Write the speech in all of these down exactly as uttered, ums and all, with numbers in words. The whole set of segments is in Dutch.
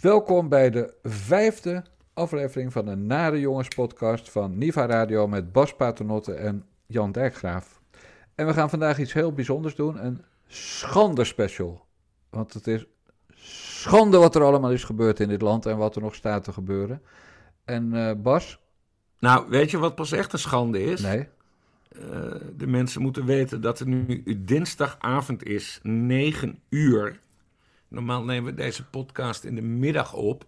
Welkom bij de vijfde aflevering van de Nare Jongens podcast van Niva Radio met Bas Paternotte en Jan Dijkgraaf. En we gaan vandaag iets heel bijzonders doen, een schande special. Want het is schande wat er allemaal is gebeurd in dit land en wat er nog staat te gebeuren. En uh, Bas? Nou, weet je wat pas echt een schande is? Nee. Uh, de mensen moeten weten dat het nu dinsdagavond is, negen uur. Normaal nemen we deze podcast in de middag op.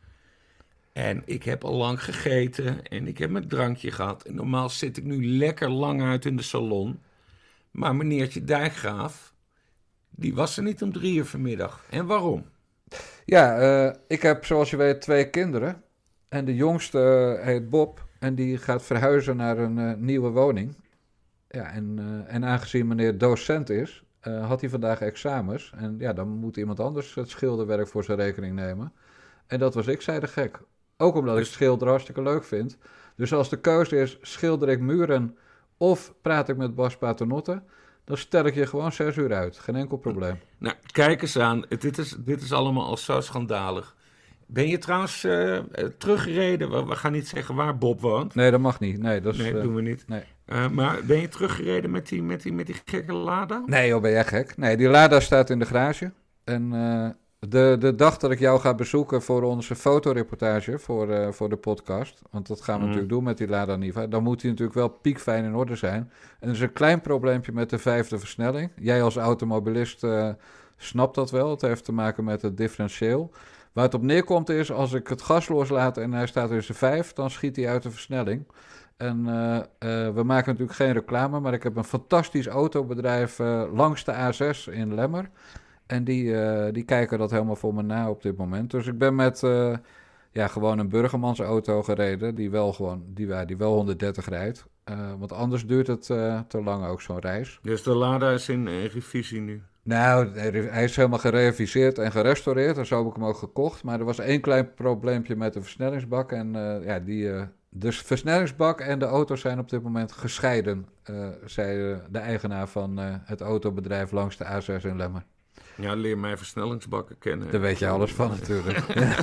En ik heb al lang gegeten en ik heb mijn drankje gehad. En normaal zit ik nu lekker lang uit in de salon. Maar meneertje Dijkgraaf, die was er niet om drie uur vanmiddag. En waarom? Ja, uh, ik heb zoals je weet twee kinderen. En de jongste uh, heet Bob en die gaat verhuizen naar een uh, nieuwe woning. Ja, en, uh, en aangezien meneer docent is, uh, had hij vandaag examens. En ja, dan moet iemand anders het schilderwerk voor zijn rekening nemen. En dat was ik, zei de gek. Ook omdat ik schilderen hartstikke leuk vind. Dus als de keuze is, schilder ik muren of praat ik met Bas Paternotte, dan stel ik je gewoon zes uur uit. Geen enkel probleem. Nou, kijk eens aan. Dit is, dit is allemaal al zo schandalig. Ben je trouwens uh, teruggereden? We, we gaan niet zeggen waar Bob woont. Nee, dat mag niet. Nee, dat is, nee, dat uh, doen we niet. Nee. Uh, maar ben je teruggereden met die, met die, met die gekke Lada? Nee joh, ben jij gek? Nee, die Lada staat in de garage. En uh, de, de dag dat ik jou ga bezoeken voor onze fotoreportage voor, uh, voor de podcast, want dat gaan we mm. natuurlijk doen met die Lada Niva, dan moet die natuurlijk wel piekfijn in orde zijn. En er is een klein probleempje met de vijfde versnelling. Jij als automobilist uh, snapt dat wel. Het heeft te maken met het differentieel. Waar het op neerkomt is, als ik het gas loslaat en hij staat in zijn vijf, dan schiet hij uit de versnelling. En uh, uh, we maken natuurlijk geen reclame, maar ik heb een fantastisch autobedrijf uh, langs de A zes in Lemmer. En die, uh, die kijken dat helemaal voor me na op dit moment. Dus ik ben met uh, ja, gewoon een burgermansauto gereden, die wel, gewoon, die, die wel honderddertig rijdt. Uh, want anders duurt het uh, te lang ook zo'n reis. Dus de Lada is in uh, revisie nu? Nou, hij is helemaal gereviseerd en gerestaureerd. En zo heb ik hem ook gekocht. Maar er was één klein probleempje met de versnellingsbak. En uh, ja, die, uh, de versnellingsbak en de auto zijn op dit moment gescheiden, uh, zei uh, de eigenaar van uh, het autobedrijf langs de A zes in Lemmer. Ja, leer mij versnellingsbakken kennen. Daar weet je alles van natuurlijk.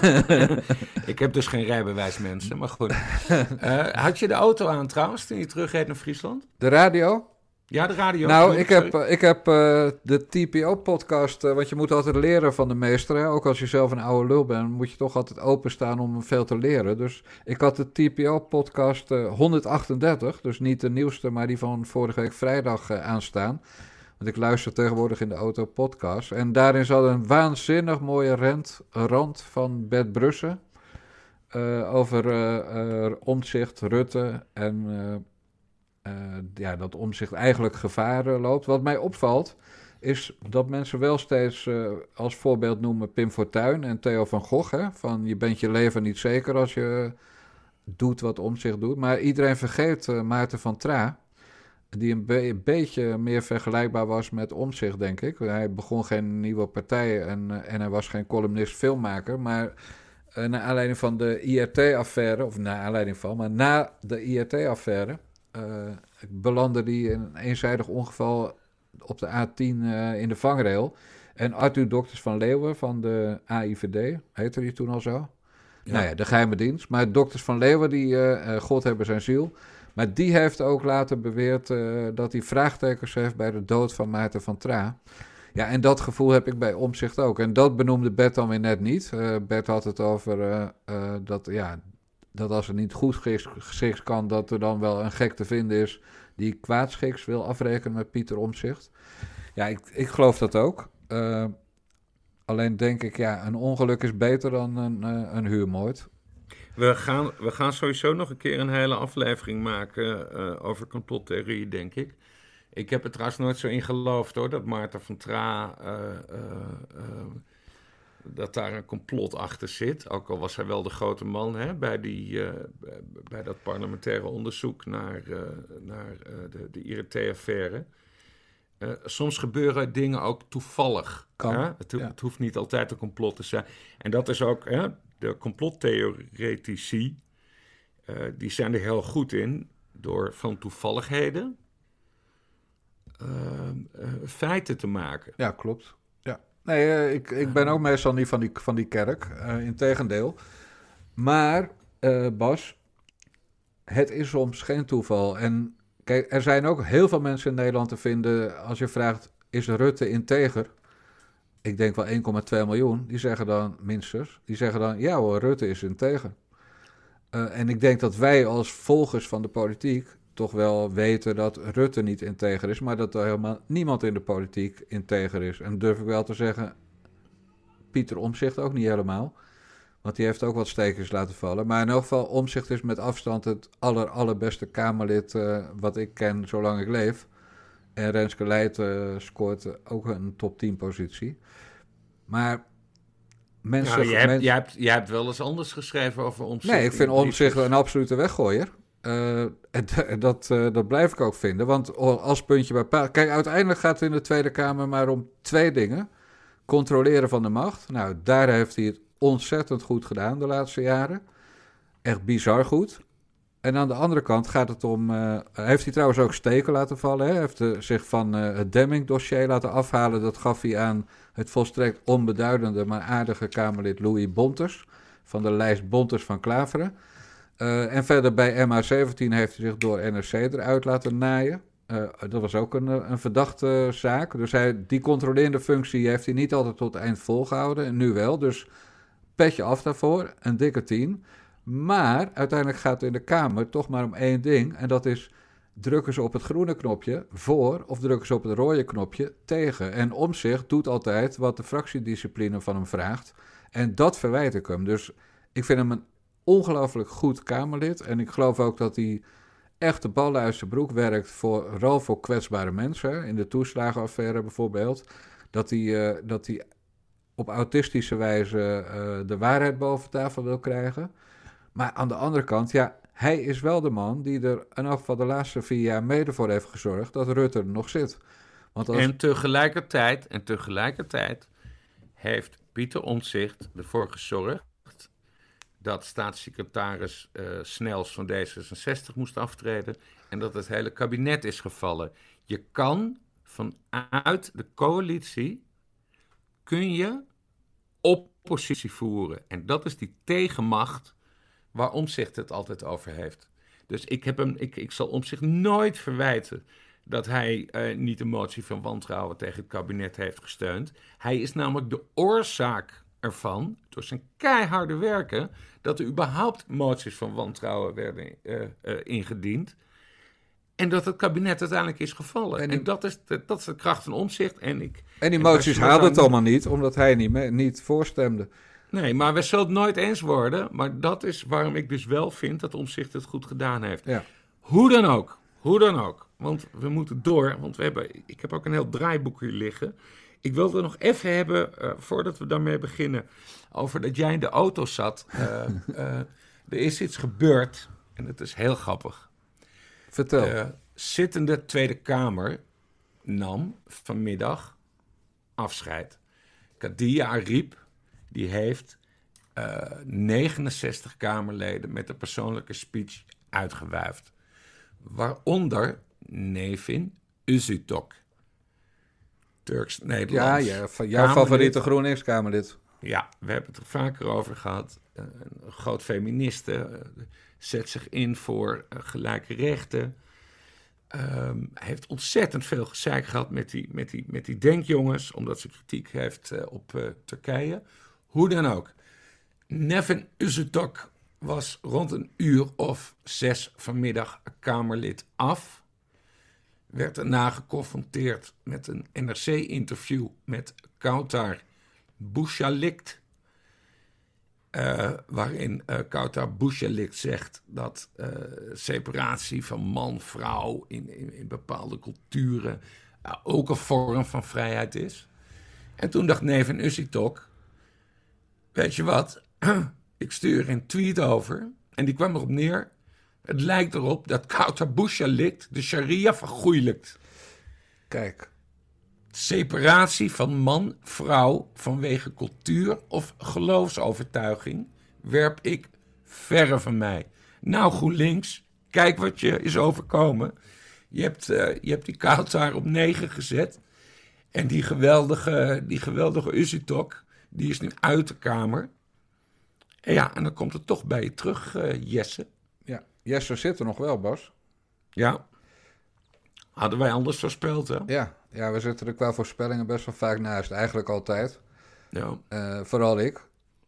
Ik heb dus geen rijbewijs, mensen, maar goed. Uh, had je de auto aan trouwens toen je terugreed naar Friesland? De radio? Ja, de radio. Nou, ik heb, ik heb uh, de T P O-podcast, uh, want je moet altijd leren van de meester. Hè? Ook als je zelf een oude lul bent, moet je toch altijd openstaan om veel te leren. Dus ik had de T P O-podcast uh, honderdachtendertig, dus niet de nieuwste, maar die van vorige week vrijdag uh, aanstaan. Want ik luister tegenwoordig in de auto-podcast. En daarin zat een waanzinnig mooie rent, rand van Bert Brussen uh, over uh, uh, Omtzigt, Rutte en Uh, Uh, ja, dat Omtzigt eigenlijk gevaar uh, loopt. Wat mij opvalt, is dat mensen wel steeds uh, als voorbeeld noemen Pim Fortuyn en Theo van Gogh. Hè? Van je bent je leven niet zeker als je doet wat Omtzigt doet. Maar iedereen vergeet uh, Maarten van Traa, die een, be- een beetje meer vergelijkbaar was met Omtzigt, denk ik. Hij begon geen nieuwe partij en, uh, en hij was geen columnist, filmmaker. Maar uh, naar aanleiding van de I R T-affaire, of naar aanleiding van, maar na de I R T-affaire Uh, belandde die in een eenzijdig ongeval op de A tien uh, in de vangrail. En Arthur Dokters van Leeuwen van de A I V D, heette die toen al zo? Ja. Nou ja, de geheime dienst. Maar Dokters van Leeuwen, die, uh, God hebben zijn ziel. Maar die heeft ook later beweerd uh, dat hij vraagtekens heeft bij de dood van Maarten van Traa. Ja, en dat gevoel heb ik bij Omtzigt ook. En dat benoemde Bert dan weer net niet. Uh, Bert had het over uh, uh, dat, ja, dat als het niet goed geschikt kan, dat er dan wel een gek te vinden is die kwaadschiks wil afrekenen met Pieter Omtzigt. Ja, ik, ik geloof dat ook. Uh, alleen denk ik, ja, een ongeluk is beter dan een, uh, een huurmoord. We gaan, we gaan sowieso nog een keer een hele aflevering maken uh, over complottheorie, denk ik. Ik heb er trouwens nooit zo in geloofd, hoor, dat Maarten van Traa Uh, uh, uh, dat daar een complot achter zit. Ook al was hij wel de grote man, hè, bij, die, uh, bij dat parlementaire onderzoek naar, uh, naar uh, de, de I R T-affaire. Uh, soms gebeuren dingen ook toevallig. Kan, hè? Het, ja. het hoeft niet altijd een complot te zijn. En dat is ook, hè, de complottheoretici, uh, die zijn er heel goed in door van toevalligheden uh, uh, feiten te maken. Ja, klopt. Ja. Nee, uh, ik, ik ben ook meestal niet van die, van die kerk, uh, integendeel. Maar, uh, Bas, het is soms geen toeval. En kijk, er zijn ook heel veel mensen in Nederland te vinden, als je vraagt, is Rutte integer? Ik denk wel één komma twee miljoen, die zeggen dan minstens, die zeggen dan, ja hoor, Rutte is integer. Uh, en ik denk dat wij als volgers van de politiek toch wel weten dat Rutte niet integer is, maar dat er helemaal niemand in de politiek integer is. En durf ik wel te zeggen, Pieter Omtzigt ook niet helemaal, want die heeft ook wat stekers laten vallen. Maar in elk geval, Omtzigt is met afstand het aller, allerbeste Kamerlid uh, wat ik ken zolang ik leef. En Renske Leijt uh, scoort ook een top tien positie. Maar mensen... Nou, jij, hebt, men... jij, hebt, jij hebt wel eens anders geschreven over Omtzigt. Nee, ik vind Omtzigt een absolute weggooier. Uh, en dat, uh, dat blijf ik ook vinden. Want als puntje bij paal... Kijk, uiteindelijk gaat het in de Tweede Kamer maar om twee dingen. Controleren van de macht. Nou, daar heeft hij het ontzettend goed gedaan de laatste jaren. Echt bizar goed. En aan de andere kant gaat het om... Uh, heeft hij trouwens ook steken laten vallen. Hè? Hij heeft uh, zich van uh, het Demming-dossier laten afhalen. Dat gaf hij aan het volstrekt onbeduidende, maar aardige Kamerlid Louis Bontes. Van de lijst Bontes van Klaveren. Uh, en verder bij M H zeventien heeft hij zich door N R C eruit laten naaien. Uh, dat was ook een, een verdachte zaak. Dus hij, die controlerende functie heeft hij niet altijd tot het eind volgehouden. En nu wel. Dus petje af daarvoor. Een dikke tien. Maar uiteindelijk gaat het in de Kamer toch maar om één ding. En dat is, drukken ze op het groene knopje voor of drukken ze op het rode knopje tegen. En Omtzigt doet altijd wat de fractiediscipline van hem vraagt. En dat verwijt ik hem. Dus ik vind hem een ongelooflijk goed Kamerlid. En ik geloof ook dat hij echt de ballen uit zijn broek werkt, voor, vooral voor kwetsbare mensen. In de toeslagenaffaire bijvoorbeeld. Dat hij, uh, dat hij op autistische wijze uh, de waarheid boven tafel wil krijgen. Maar aan de andere kant, ja, hij is wel de man die er in elk geval de laatste vier jaar mede voor heeft gezorgd dat Rutte er nog zit. Want als... En tegelijkertijd, en tegelijkertijd heeft Pieter Omtzigt ervoor gezorgd dat staatssecretaris uh, Snels van D zesenzestig moest aftreden en dat het hele kabinet is gevallen. Je kan vanuit de coalitie, kun je oppositie voeren. En dat is die tegenmacht waar Omtzigt het altijd over heeft. Dus ik, heb hem, ik, ik zal Omtzigt nooit verwijten dat hij uh, niet een motie van wantrouwen tegen het kabinet heeft gesteund. Hij is namelijk de oorzaak ervan, door zijn keiharde werken, dat er überhaupt moties van wantrouwen werden uh, uh, ingediend. En dat het kabinet uiteindelijk is gevallen. En, die, en dat, is de, dat is de kracht van Omtzigt. En, ik, en die en moties haalden het allemaal niet, omdat hij niet, mee, niet voorstemde. Nee, maar we zullen het nooit eens worden. Maar dat is waarom ik dus wel vind dat Omtzigt het goed gedaan heeft. Ja. Hoe dan ook. Hoe dan ook. Want we moeten door. Want we hebben, ik heb ook een heel draaiboek hier liggen. Ik wilde nog even hebben, uh, voordat we daarmee beginnen, over dat jij in de auto zat. Uh, uh, er is iets gebeurd. En het is heel grappig. Vertel. Uh, zittende Tweede Kamer nam vanmiddag afscheid. Khadija Ariep, die heeft uh, negenenzestig Kamerleden met een persoonlijke speech uitgewuifd. Waaronder Nevin Öztürk. Turks-Nederlands. Ja, ja, van jouw favoriete GroenLinks-Kamerlid. Ja, we hebben het er vaker over gehad. Uh, een groot feministe, uh, zet zich in voor uh, gelijke rechten. Um, hij heeft ontzettend veel gezeik gehad met die, met die, met die denkjongens, omdat ze kritiek heeft uh, op uh, Turkije. Hoe dan ook. Nevin Öztürk was rond een uur of zes vanmiddag Kamerlid af. Werd daarna geconfronteerd met een N R C-interview met Kautar Bouchalikt. Uh, waarin uh, Kautar Bouchalikt zegt dat uh, separatie van man-vrouw in, in, in bepaalde culturen uh, ook een vorm van vrijheid is. En toen dacht Nevin Öztürk, weet je wat, ik stuur een tweet over en die kwam erop neer. Het lijkt erop dat Kautar Bouchalikt de sharia vergoeilijkt. Kijk. Separatie van man-vrouw vanwege cultuur of geloofsovertuiging werp ik verre van mij. Nou, GroenLinks, kijk wat je is overkomen. Je hebt, uh, je hebt die Kautar op negen gezet. En die geweldige, die geweldige Uzitok, die is nu uit de Kamer. En ja, en dan komt het toch bij je terug, uh, Jesse. Ja, Jesse zit er nog wel, Bas. Ja. Hadden wij anders voorspeld, hè? Ja, ja, we zitten er qua voorspellingen best wel vaak naast. Eigenlijk altijd. Ja. Uh, vooral ik.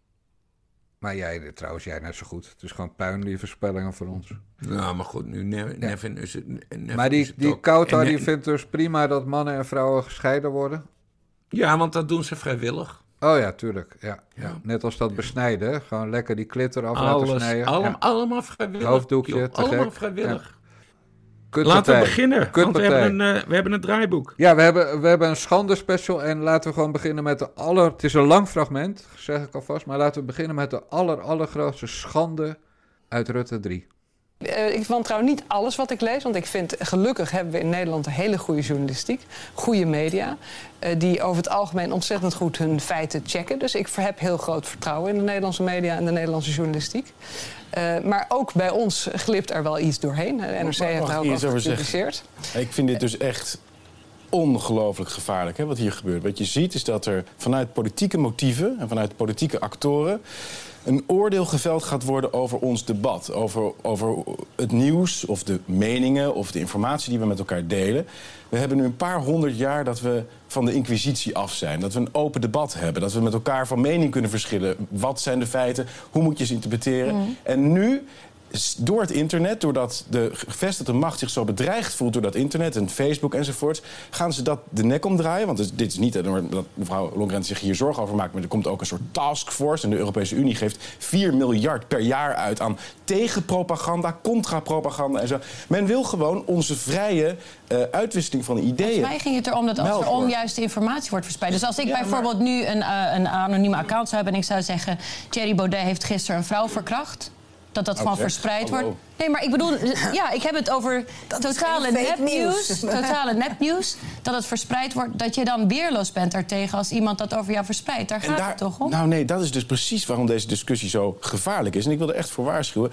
Maar jij, trouwens, jij net zo goed. Het is gewoon puin, die voorspellingen voor ons. Nou, maar goed, nu ne- ja. Nevin is het... Nevin maar die, is het die ook. Kauta, En, die uh, vindt dus prima dat mannen en vrouwen gescheiden worden. Ja, want dat doen ze vrijwillig. Oh ja, tuurlijk. Ja, ja. Ja. Net als dat besnijden. Hè? Gewoon lekker die klitter af Alles, laten snijden. allem, ja. allemaal vrijwillig. Hoofddoekje, joh. te Allemaal gek. vrijwillig. Kutpartij. Laten we beginnen, want we Kutpartij. hebben, een, uh, we hebben een draaiboek. Ja, we hebben, we hebben een schande special en laten we gewoon beginnen met de aller... Het is een lang fragment, zeg ik alvast, maar laten we beginnen met de aller, allergrootste schande uit Rutte drie. Uh, ik wantrouw niet alles wat ik lees, want ik vind gelukkig hebben we in Nederland een hele goede journalistiek, goede media, uh, die over het algemeen ontzettend goed hun feiten checken. Dus ik heb heel groot vertrouwen in de Nederlandse media en de Nederlandse journalistiek. Uh, maar ook bij ons glipt er wel iets doorheen. De N R C heeft daar ook over gepubliceerd. Ik vind dit dus echt ongelooflijk gevaarlijk, hè, wat hier gebeurt. Wat je ziet is dat er vanuit politieke motieven en vanuit politieke actoren een oordeel geveld gaat worden over ons debat. Over, over het nieuws of de meningen of de informatie die we met elkaar delen. We hebben nu een paar honderd jaar dat we van de inquisitie af zijn. Dat we een open debat hebben. Dat we met elkaar van mening kunnen verschillen. Wat zijn de feiten? Hoe moet je ze interpreteren? Mm. En nu, door het internet, doordat de gevestigde macht zich zo bedreigd voelt door dat internet en Facebook enzovoort, gaan ze dat de nek omdraaien. Want dit is niet dat mevrouw Longren zich hier zorgen over maakt, maar er komt ook een soort taskforce. En de Europese Unie geeft vier miljard per jaar uit aan tegenpropaganda, contrapropaganda en zo. Men wil gewoon onze vrije uh, uitwisseling van ideeën. Volgens mij ging het erom dat als er onjuiste informatie wordt verspreid. Dus als ik ja, bijvoorbeeld maar... nu een, uh, een anonieme account zou hebben en ik zou zeggen, Thierry Baudet heeft gisteren een vrouw verkracht, dat dat gewoon verspreid wordt. Nee, maar ik bedoel, ja, ik heb het over totale nepnieuws. Totale nepnieuws. Dat het verspreid wordt, dat je dan weerloos bent daartegen als iemand dat over jou verspreidt. Daar gaat daar, het toch om? Nou nee, dat is dus precies waarom deze discussie zo gevaarlijk is. En ik wil er echt voor waarschuwen.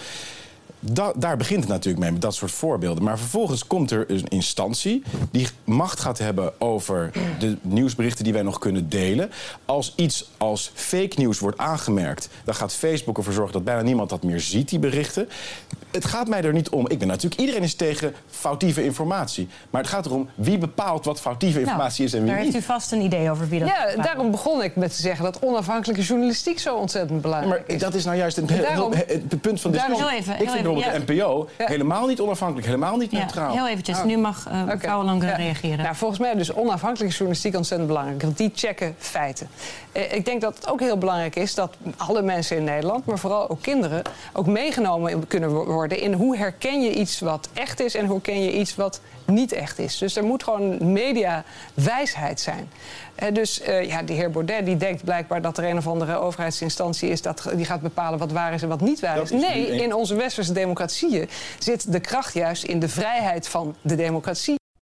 Da- daar begint het natuurlijk mee, met dat soort voorbeelden. Maar vervolgens komt er een instantie die macht gaat hebben over de nieuwsberichten die wij nog kunnen delen. Als iets als fake nieuws wordt aangemerkt, dan gaat Facebook ervoor zorgen dat bijna niemand dat meer ziet, die berichten. Het gaat mij er niet om. Ik ben natuurlijk, iedereen is tegen foutieve informatie. Maar het gaat erom wie bepaalt wat foutieve informatie nou, is en wie daar niet. Daar heeft u vast een idee over wie dat Ja, bepaalt. Daarom begon ik met te zeggen dat onafhankelijke journalistiek zo ontzettend belangrijk maar is. Dat is nou juist het, daarom, het, het punt van de discussie. Heel even, ik heel vind even, bijvoorbeeld ja. de N P O ja. helemaal niet onafhankelijk, helemaal niet neutraal. Ja, heel eventjes. Oh. Nu mag uh, okay. mevrouw Longren ja. reageren. Nou, volgens mij is dus onafhankelijke journalistiek ontzettend belangrijk. Want die checken feiten. Eh, ik denk dat het ook heel belangrijk is dat alle mensen in Nederland, maar vooral ook kinderen, ook meegenomen kunnen worden in hoe herken je iets wat echt is en hoe ken je iets wat niet echt is. Dus er moet gewoon mediawijsheid zijn. Uh, dus uh, ja, die heer Baudet die denkt blijkbaar dat er een of andere overheidsinstantie is dat, die gaat bepalen wat waar is en wat niet waar is. is Nee, een... in onze westerse democratieën zit de kracht juist in de vrijheid van de democratie.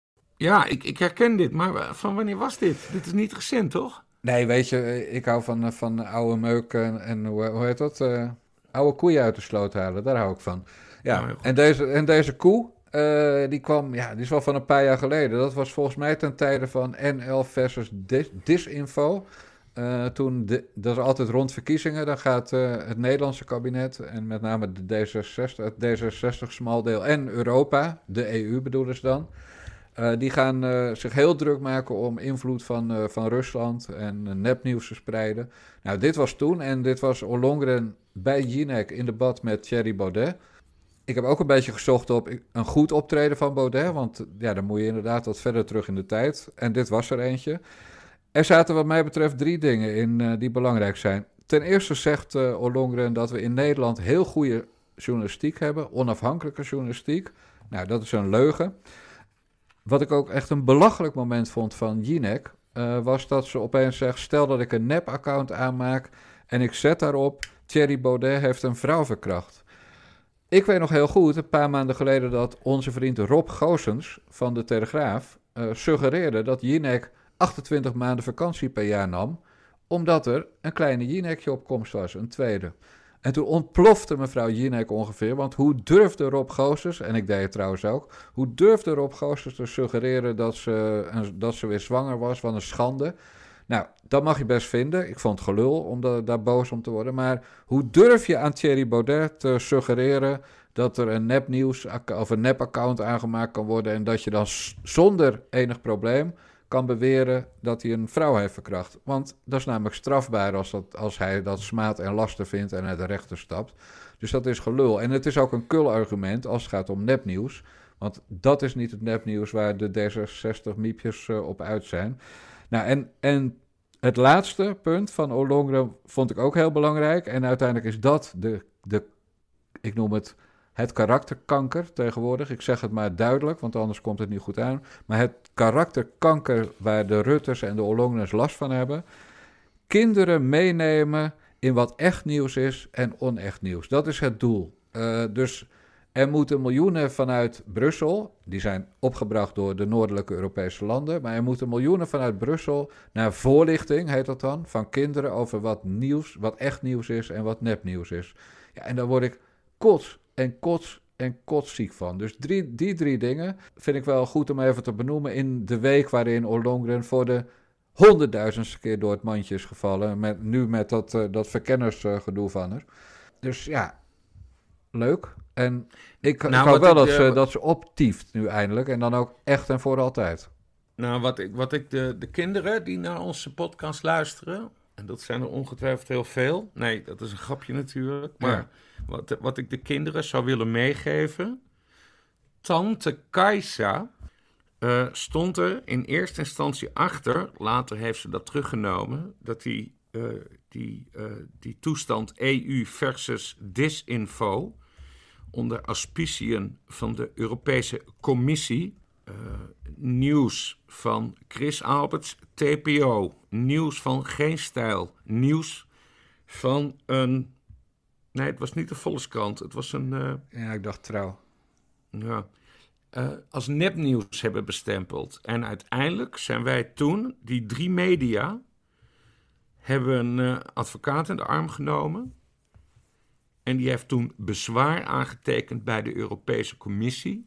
Ja, ik, ik herken dit, maar van wanneer was dit? Dit is niet recent, toch? Nee, weet je, ik hou van, van oude meuk en, en hoe, hoe heet dat? Uh, oude koeien uit de sloot halen, daar hou ik van. Ja, ja en, deze, en deze koe, uh, die kwam, ja, die is wel van een paar jaar geleden. Dat was volgens mij ten tijde van N L versus Dis, Disinfo. Uh, toen de, dat is altijd rond verkiezingen. Dan gaat uh, het Nederlandse kabinet en met name de D zesenzestig, het D zesenzestig-smaldeel en Europa, de E U bedoelen ze dan. Uh, die gaan uh, zich heel druk maken om invloed van, uh, van Rusland en uh, nepnieuws te spreiden. Nou, dit was toen en dit was Ollongren bij Jinek in debat met Thierry Baudet. Ik heb ook een beetje gezocht op een goed optreden van Baudet, want ja, dan moet je inderdaad wat verder terug in de tijd. En dit was er eentje. Er zaten wat mij betreft drie dingen in uh, die belangrijk zijn. Ten eerste zegt uh, Ollongren dat we in Nederland heel goede journalistiek hebben, onafhankelijke journalistiek. Nou, dat is een leugen. Wat ik ook echt een belachelijk moment vond van Jinek, uh, was dat ze opeens zegt, stel dat ik een nep-account aanmaak en ik zet daarop, Thierry Baudet heeft een vrouw verkracht. Ik weet nog heel goed, een paar maanden geleden, dat onze vriend Rob Goossens van de Telegraaf uh, suggereerde dat Jinek achtentwintig maanden vakantie per jaar nam, omdat er een kleine Jinekje op komst was, een tweede. En toen ontplofte mevrouw Jinek ongeveer. Want hoe durfde Rob Goossens, en ik deed het trouwens ook... hoe durfde Rob Goossens te suggereren dat ze, dat ze weer zwanger was? Wat een schande. Nou, dat mag je best vinden. Ik vond het gelul om da- daar boos om te worden. Maar hoe durf je aan Thierry Baudet te suggereren... dat er een nepnieuws of een nep-account aangemaakt kan worden... en dat je dan s- zonder enig probleem kan beweren dat hij een vrouw heeft verkracht. Want dat is namelijk strafbaar als, dat, als hij dat smaad en laster vindt en naar de rechter stapt. Dus dat is gelul. En het is ook een kul argument als het gaat om nepnieuws. Want dat is niet het nepnieuws waar de D zesenzestig-miepjes uh, op uit zijn. Nou, en, en het laatste punt van Ollongren vond ik ook heel belangrijk. En uiteindelijk is dat de, de ik noem het... het karakterkanker tegenwoordig. Ik zeg het maar duidelijk, want anders komt het niet goed aan. Maar het karakterkanker waar de Rutters en de Ollongrens last van hebben. Kinderen meenemen in wat echt nieuws is en onecht nieuws. Dat is het doel. Uh, dus er moeten miljoenen vanuit Brussel, die zijn opgebracht door de noordelijke Europese landen, maar er moeten miljoenen vanuit Brussel naar voorlichting, heet dat dan, van kinderen over wat nieuws, wat echt nieuws is en wat nepnieuws is. Ja, en daar word ik kots en kots en kotsziek van. Dus drie, die drie dingen vind ik wel goed om even te benoemen in de week waarin Ollongren voor de honderdduizendste keer door het mandje is gevallen. Met, nu met dat, uh, dat verkennersgedoe uh, van haar. Dus ja, leuk. En ik, nou, ik hoop wel dat, ik, ze, uh, dat ze optieft nu eindelijk. En dan ook echt en voor altijd. Nou, wat ik, wat ik de, de kinderen die naar onze podcast luisteren... en dat zijn er ongetwijfeld heel veel. Nee, dat is een grapje natuurlijk. Maar ja. wat, wat ik de kinderen zou willen meegeven... Tante Kajsa uh, stond er in eerste instantie achter... later heeft ze dat teruggenomen... dat die, uh, die, uh, die toestand E U versus disinfo... onder auspiciën van de Europese Commissie... Uh, nieuws van Chris Alberts, T P O. Nieuws van Geen Stijl. Nieuws van een... Nee, het was niet de Volkskrant. Het was een... Uh, ja, ik dacht Trouw. Ja. Uh, als nepnieuws hebben bestempeld. En uiteindelijk zijn wij toen, die drie media... hebben een uh, advocaat in de arm genomen... En die heeft toen bezwaar aangetekend bij de Europese Commissie...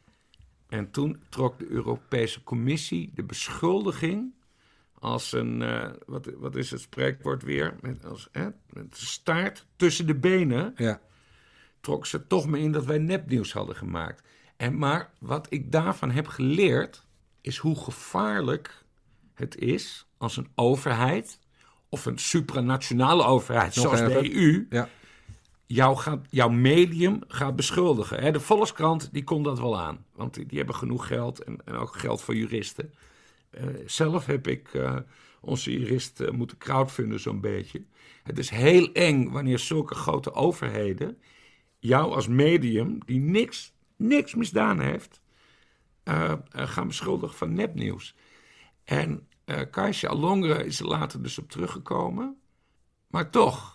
En toen trok de Europese Commissie de beschuldiging als een, uh, wat, wat is het spreekwoord weer, met, als, hè, met de staart tussen de benen, ja. Trok ze toch mee in dat wij nepnieuws hadden gemaakt. En maar wat ik daarvan heb geleerd, is hoe gevaarlijk het is als een overheid, of een supranationale overheid, Nog zoals erger. de E U... Ja. Jou gaat, jouw medium gaat beschuldigen. Hè, de Volkskrant die komt dat wel aan. Want die, die hebben genoeg geld en, en ook geld voor juristen. Uh, zelf heb ik uh, onze jurist uh, moeten crowdfunden zo'n beetje. Het is heel eng wanneer zulke grote overheden... jou als medium, die niks, niks misdaan heeft... Uh, uh, gaan beschuldigen van nepnieuws. En uh, Kajsa Ollongren is er later dus op teruggekomen. Maar toch...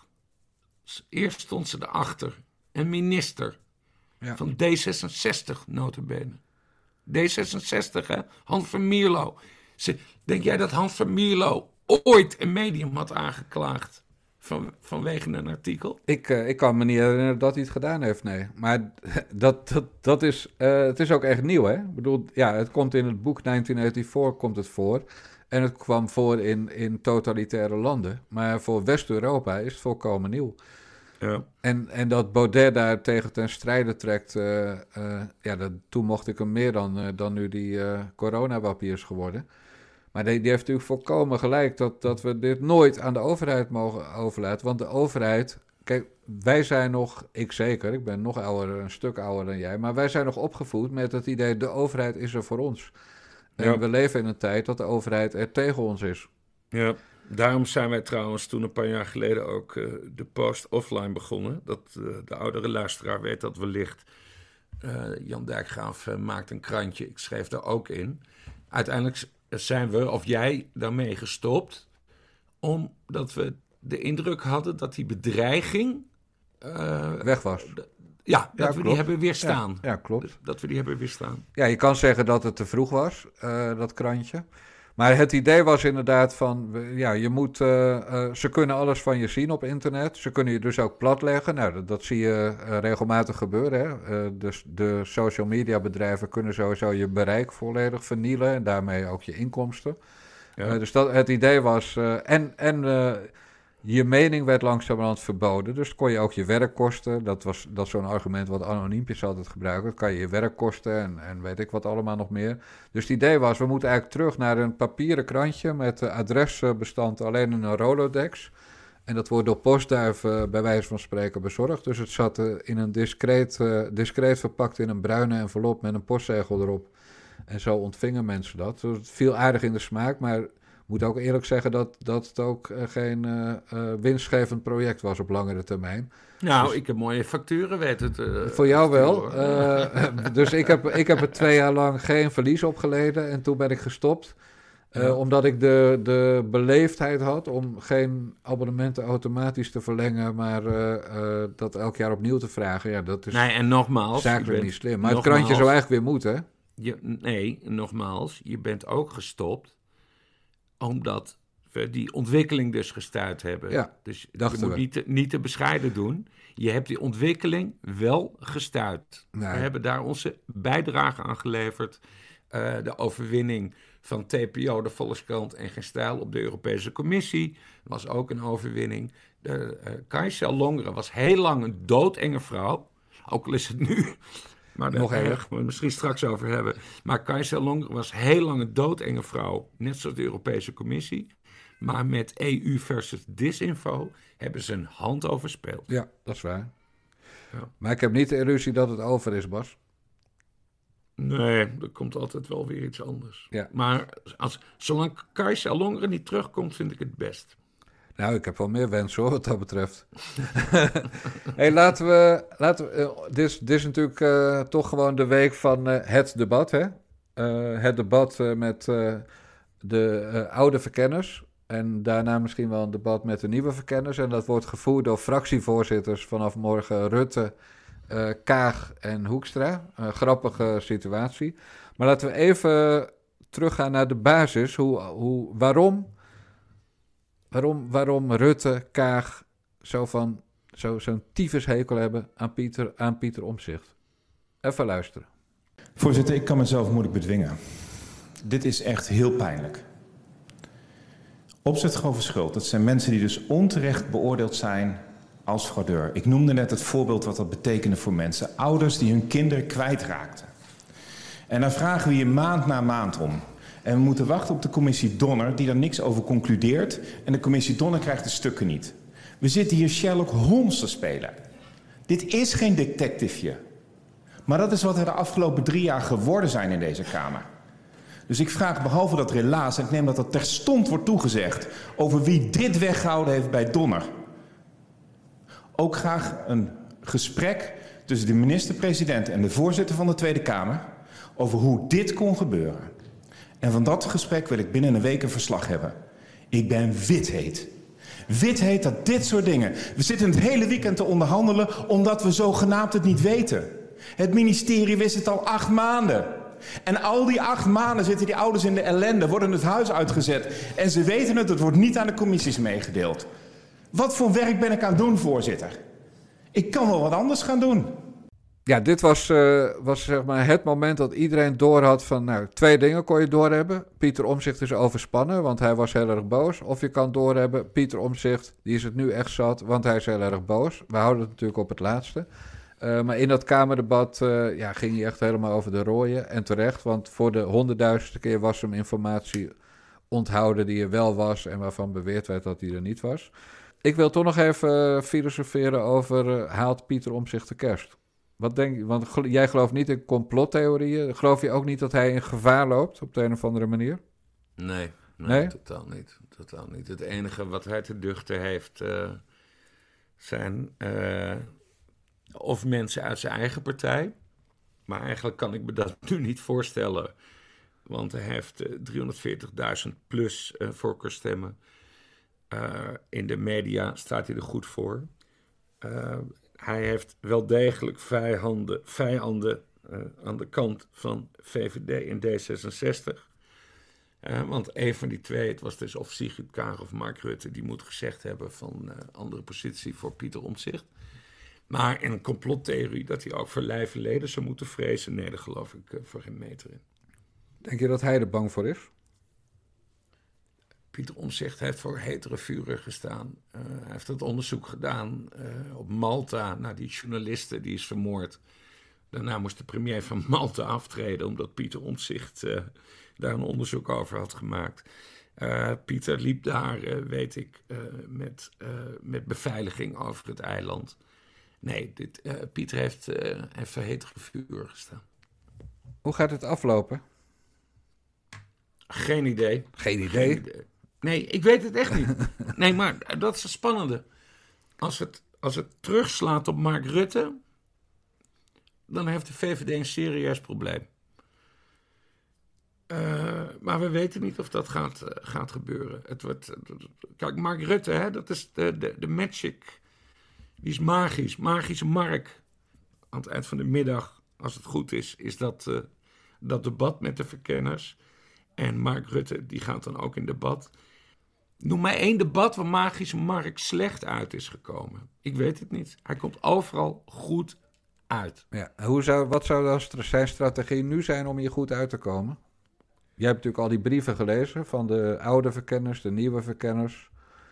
Eerst stond ze erachter. Een minister ja. van D zesenzestig, nota bene. D zesenzestig, hè? Hans van Mierlo. Ze, denk jij dat Hans van Mierlo ooit een medium had aangeklaagd van, vanwege een artikel? Ik, uh, ik kan me niet herinneren dat hij het gedaan heeft, nee. Maar dat, dat, dat is, uh, het is ook echt nieuw, hè? Ik bedoel, ja, het komt in het boek negentien vierennegentig komt het voor... En het kwam voor in, in totalitaire landen. Maar voor West-Europa is het volkomen nieuw. Ja. En, en dat Baudet daar tegen ten strijde trekt... Uh, uh, ja, dat, toen mocht ik hem meer dan, uh, dan nu die uh, coronawappie is geworden. Maar die, die heeft natuurlijk volkomen gelijk... Dat, dat we dit nooit aan de overheid mogen overlaten. Want de overheid... Kijk, wij zijn nog... Ik zeker, ik ben nog ouder, een stuk ouder dan jij... maar wij zijn nog opgevoed met het idee... de overheid is er voor ons... En ja. we leven in een tijd dat de overheid er tegen ons is. Ja, daarom zijn wij trouwens toen een paar jaar geleden ook uh, de post offline begonnen. Dat uh, de oudere luisteraar weet dat wellicht. Uh, Jan Dijkgraaf uh, maakt een krantje, ik schreef daar ook in. Uiteindelijk zijn we, of jij, daarmee gestopt. Omdat we de indruk hadden dat die bedreiging... Uh, weg was. D- Ja, dat ja, we klopt. die hebben weerstaan. Ja, ja, klopt. Dat we die hebben weerstaan. Ja, je kan zeggen dat het te vroeg was, uh, dat krantje. Maar het idee was inderdaad van, ja, je moet, uh, uh, ze kunnen alles van je zien op internet. Ze kunnen je dus ook platleggen. Nou, dat, dat zie je uh, regelmatig gebeuren. Hè? Uh, dus de social media bedrijven kunnen sowieso je bereik volledig vernielen en daarmee ook je inkomsten. Ja. Uh, dus dat, het idee was, uh, en, en uh, je mening werd langzamerhand verboden. Dus kon je ook je werkkosten, dat was dat zo'n argument wat anoniempjes altijd gebruiken. Dat kan je je werkkosten en, en weet ik wat allemaal nog meer. Dus het idee was, we moeten eigenlijk terug naar een papieren krantje met uh, adresbestand alleen in een Rolodex. En dat wordt door postduiven uh, bij wijze van spreken bezorgd. Dus het zat uh, in een discreet, uh, discreet verpakt in een bruine envelop met een postzegel erop. En zo ontvingen mensen dat. Dus het viel aardig in de smaak, maar ik moet ook eerlijk zeggen dat, dat het ook uh, geen uh, uh, winstgevend project was op langere termijn. Nou, dus, ik ik heb mooie facturen weten te... Voor jou wel. Uh, dus ik heb, ik heb er twee jaar lang geen verlies opgeleden en toen ben ik gestopt. Uh, ja. Omdat ik de, de beleefdheid had om geen abonnementen automatisch te verlengen, maar uh, uh, dat elk jaar opnieuw te vragen. Ja, dat is nee, en nogmaals, zakelijk bent, niet slim. Maar nogmaals, het krantje zou eigenlijk weer moeten, hè? Je, nee, nogmaals, je bent ook gestopt omdat we die ontwikkeling dus gestuit hebben. Ja, dus je moet we. niet, te, niet te bescheiden doen. Je hebt die ontwikkeling wel gestuit. Nee. We hebben daar onze bijdrage aan geleverd. Uh, de overwinning van T P O, de Volkskrant en Geen Stijl op de Europese Commissie was ook een overwinning. De, uh, Kajsa Longeren was heel lang een doodenge vrouw. Ook al is het nu... Maar daar gaan we het misschien straks over hebben. Maar Kajsa Longeren was heel lang een doodenge vrouw. Net zoals de Europese Commissie. Maar met E U versus disinfo hebben ze een hand overspeeld. Ja, dat is waar. Ja. Maar ik heb niet de illusie dat het over is, Bas. Nee, er komt altijd wel weer iets anders. Ja. Maar als, zolang Kajsa Longeren niet terugkomt, vind ik het best. Nou, ik heb wel meer wensen, hoor, wat dat betreft. Hey, laten we... Laten we uh, dit, is, dit is natuurlijk uh, toch gewoon de week van uh, het debat, hè? Uh, het debat uh, met uh, de uh, oude verkenners. En daarna misschien wel een debat met de nieuwe verkenners. En dat wordt gevoerd door fractievoorzitters vanaf morgen Rutte, uh, Kaag en Hoekstra. Uh, grappige situatie. Maar laten we even teruggaan naar de basis. Hoe, hoe, waarom... Waarom, waarom Rutte, Kaag zo van, zo, zo'n tyfushekel hebben aan Pieter, aan Pieter Omtzigt? Even luisteren. Voorzitter, ik kan mezelf moeilijk bedwingen. Dit is echt heel pijnlijk. Omtzigt over schuld, dat zijn mensen die dus onterecht beoordeeld zijn als fraudeur. Ik noemde net het voorbeeld wat dat betekende voor mensen. Ouders die hun kinderen kwijtraakten. En daar vragen we je maand na maand om. En we moeten wachten op de commissie Donner, die daar niks over concludeert. En de commissie Donner krijgt de stukken niet. We zitten hier Sherlock Holmes te spelen. Dit is geen detectiveje. Maar dat is wat er de afgelopen drie jaar geworden zijn in deze Kamer. Dus ik vraag, behalve dat relaas, en ik neem dat dat terstond wordt toegezegd, over wie dit weggehouden heeft bij Donner. Ook graag een gesprek tussen de minister-president en de voorzitter van de Tweede Kamer over hoe dit kon gebeuren. En van dat gesprek wil ik binnen een week een verslag hebben. Ik ben witheet. Witheet dat dit soort dingen... We zitten het hele weekend te onderhandelen omdat we zogenaamd het niet weten. Het ministerie wist het al acht maanden. En al die acht maanden zitten die ouders in de ellende, worden het huis uitgezet. En ze weten het, het wordt niet aan de commissies meegedeeld. Wat voor werk ben ik aan het doen, voorzitter? Ik kan wel wat anders gaan doen. Ja, dit was, uh, was zeg maar het moment dat iedereen doorhad van... Nou, twee dingen kon je doorhebben. Pieter Omtzigt is overspannen, want hij was heel erg boos. Of je kan doorhebben, Pieter Omtzigt, die is het nu echt zat, want hij is heel erg boos. We houden het natuurlijk op het laatste. Uh, maar in dat Kamerdebat uh, ja, ging hij echt helemaal over de rooien. En terecht, want voor de honderdduizendste keer was hem informatie onthouden die er wel was... en waarvan beweerd werd dat hij er niet was. Ik wil toch nog even uh, filosoferen over... Uh, haalt Pieter Omtzigt de kerst? Wat denk je? Want jij gelooft niet in complottheorieën. Geloof je ook niet dat hij in gevaar loopt op de een of andere manier? Nee, nee, nee? Totaal niet. Totaal niet. Het enige wat hij te duchten heeft uh, zijn uh, of mensen uit zijn eigen partij. Maar eigenlijk kan ik me dat nu niet voorstellen. Want hij heeft uh, driehonderdveertigduizend plus uh, voorkeurstemmen. Uh, in de media staat hij er goed voor. Uh, Hij heeft wel degelijk vijanden, vijanden uh, aan de kant van V V D en D zesenzestig. Uh, want een van die twee, het was dus of Sigrid Kaag of Mark Rutte, die moet gezegd hebben van uh, andere positie voor Pieter Omtzigt. Maar in een complottheorie dat hij ook voor lijf en leden zou moeten vrezen, nee, daar geloof ik uh, voor geen meter in. Denk je dat hij er bang voor is? Pieter Omtzigt heeft voor hetere vuren gestaan. Uh, hij heeft het onderzoek gedaan uh, op Malta naar die journaliste die is vermoord. Daarna moest de premier van Malta aftreden omdat Pieter Omtzigt uh, daar een onderzoek over had gemaakt. Uh, Pieter liep daar, uh, weet ik, uh, met, uh, met beveiliging over het eiland. Nee, dit, uh, Pieter heeft, uh, heeft voor hetere vuren gestaan. Hoe gaat het aflopen? Geen idee. Geen idee? Geen idee. Nee, ik weet het echt niet. Nee, maar dat is het spannende. Als het, als het terugslaat op Mark Rutte, dan heeft de V V D een serieus probleem. Uh, maar we weten niet of dat gaat, uh, gaat gebeuren. Het wordt, uh, kijk, Mark Rutte, hè, dat is de, de, de magic. Die is magisch. Magische Mark. Aan het eind van de middag, als het goed is, is dat, uh, dat debat met de verkenners. En Mark Rutte, die gaat dan ook in debat. Noem mij één debat waar Magische Mark slecht uit is gekomen. Ik weet het niet. Hij komt overal goed uit. Ja, hoe zou, wat zou dan zijn strategie nu zijn om hier goed uit te komen? Jij hebt natuurlijk al die brieven gelezen van de oude verkenners, de nieuwe verkenners.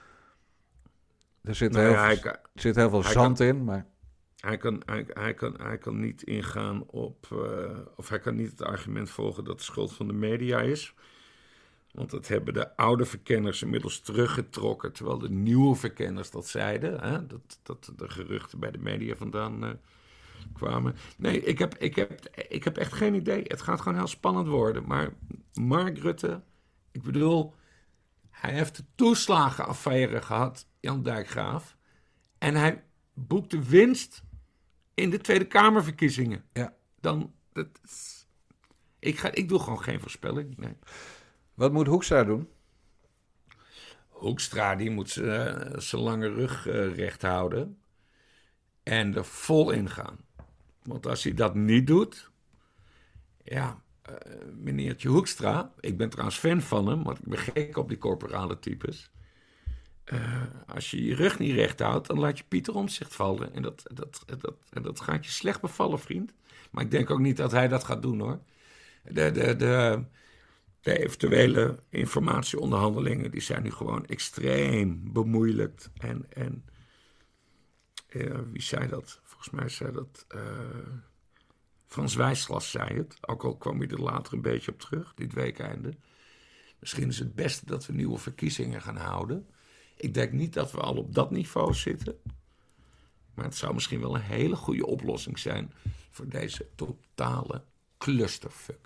Er zit, nou heel, ja, veel, kan, er zit heel veel zand kan, in, maar... Hij kan, hij, hij, kan, hij kan niet ingaan op... Uh, of hij kan niet het argument volgen dat de schuld van de media is. Want dat hebben de oude verkenners inmiddels teruggetrokken, terwijl de nieuwe verkenners dat zeiden. Hè? Dat, dat de geruchten bij de media vandaan uh, kwamen. Nee, ik heb, ik, heb, ik heb echt geen idee. Het gaat gewoon heel spannend worden. Maar Mark Rutte, ik bedoel, hij heeft de toeslagenaffaire gehad, Jan Dijkgraaf. En hij boekte winst in de Tweede Kamerverkiezingen. Ja. Dan, dat, ik, ga, ik doe gewoon geen voorspelling, nee. Wat moet Hoekstra doen? Hoekstra die moet zijn uh, lange rug uh, recht houden en er vol in gaan. Want als hij dat niet doet, ja, uh, meneertje Hoekstra, ik ben trouwens fan van hem, want ik ben gek op die corporale types. Uh, als je je rug niet recht houdt, dan laat je Pieter Omtzigt vallen. En dat, dat, dat, dat, dat gaat je slecht bevallen, vriend. Maar ik denk ook niet dat hij dat gaat doen, hoor. De... de, de De eventuele informatieonderhandelingen die zijn nu gewoon extreem bemoeilijkt. En, en uh, wie zei dat? Volgens mij zei dat uh, Frans Wijsglas zei het. Ook al kwam hij er later een beetje op terug, dit weekeinde. Misschien is het beste dat we nieuwe verkiezingen gaan houden. Ik denk niet dat we al op dat niveau zitten. Maar het zou misschien wel een hele goede oplossing zijn voor deze totale clusterfuck.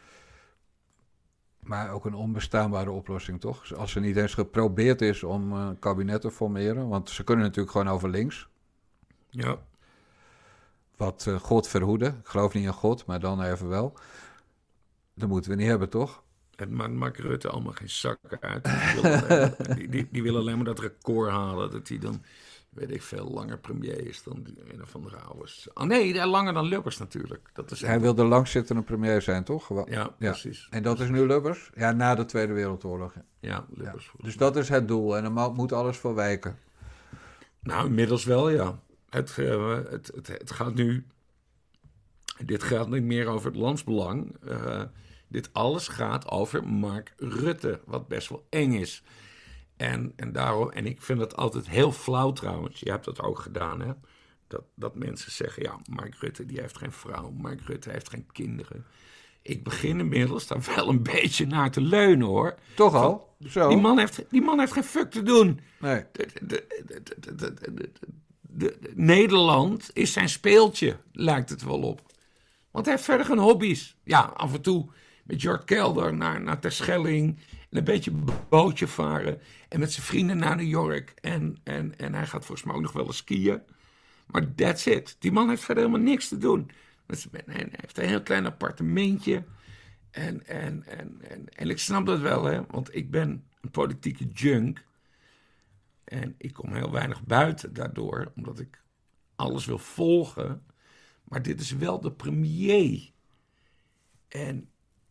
Maar ook een onbestaanbare oplossing, toch? Als er niet eens geprobeerd is om een kabinet te formeren. Want ze kunnen natuurlijk gewoon over links. Ja. Wat uh, God verhoede. Ik geloof niet in God, maar dan even wel. Dat moeten we niet hebben, toch? Het maakt Mark Rutte allemaal geen zakken uit. Die wil, alleen, die, die, die wil alleen maar dat record halen. Dat hij dan, weet ik veel, langer premier is dan die, een of andere oude. Oh nee, langer dan Lubbers natuurlijk. Dat is hij wil de langzittende premier zijn, toch? Ja, ja, precies. En dat is nu Lubbers? Ja, na de Tweede Wereldoorlog. Ja, Lubbers. Ja. Dus dat is het doel en er moet alles voor wijken. Nou, inmiddels wel, ja. Het, uh, het, het, het gaat nu... Dit gaat niet meer over het landsbelang. Uh, dit alles gaat over Mark Rutte, wat best wel eng is. En, en, daarom, en ik vind het altijd heel flauw trouwens. Je hebt dat ook gedaan, hè. Dat, dat mensen zeggen, ja, Mark Rutte die heeft geen vrouw. Mark Rutte heeft geen kinderen. Ik begin inmiddels daar wel een beetje naar te leunen, hoor. Toch al? Zo. Die man heeft, die man heeft geen fuck te doen. Nee. De, de, de, de, de, de, de, de, de, Nederland is zijn speeltje, lijkt het wel op. Want hij heeft verder geen hobby's. Ja, af en toe met Jort Kelder naar, naar Terschelling. En een beetje bootje varen. En met zijn vrienden naar New York. En, en, en hij gaat volgens mij ook nog wel eens skiën. Maar that's it. Die man heeft verder helemaal niks te doen. Hij heeft een heel klein appartementje. En, en, en, en, en ik snap dat wel, hè. Want ik ben een politieke junk. En ik kom heel weinig buiten daardoor. Omdat ik alles wil volgen. Maar dit is wel de premier. En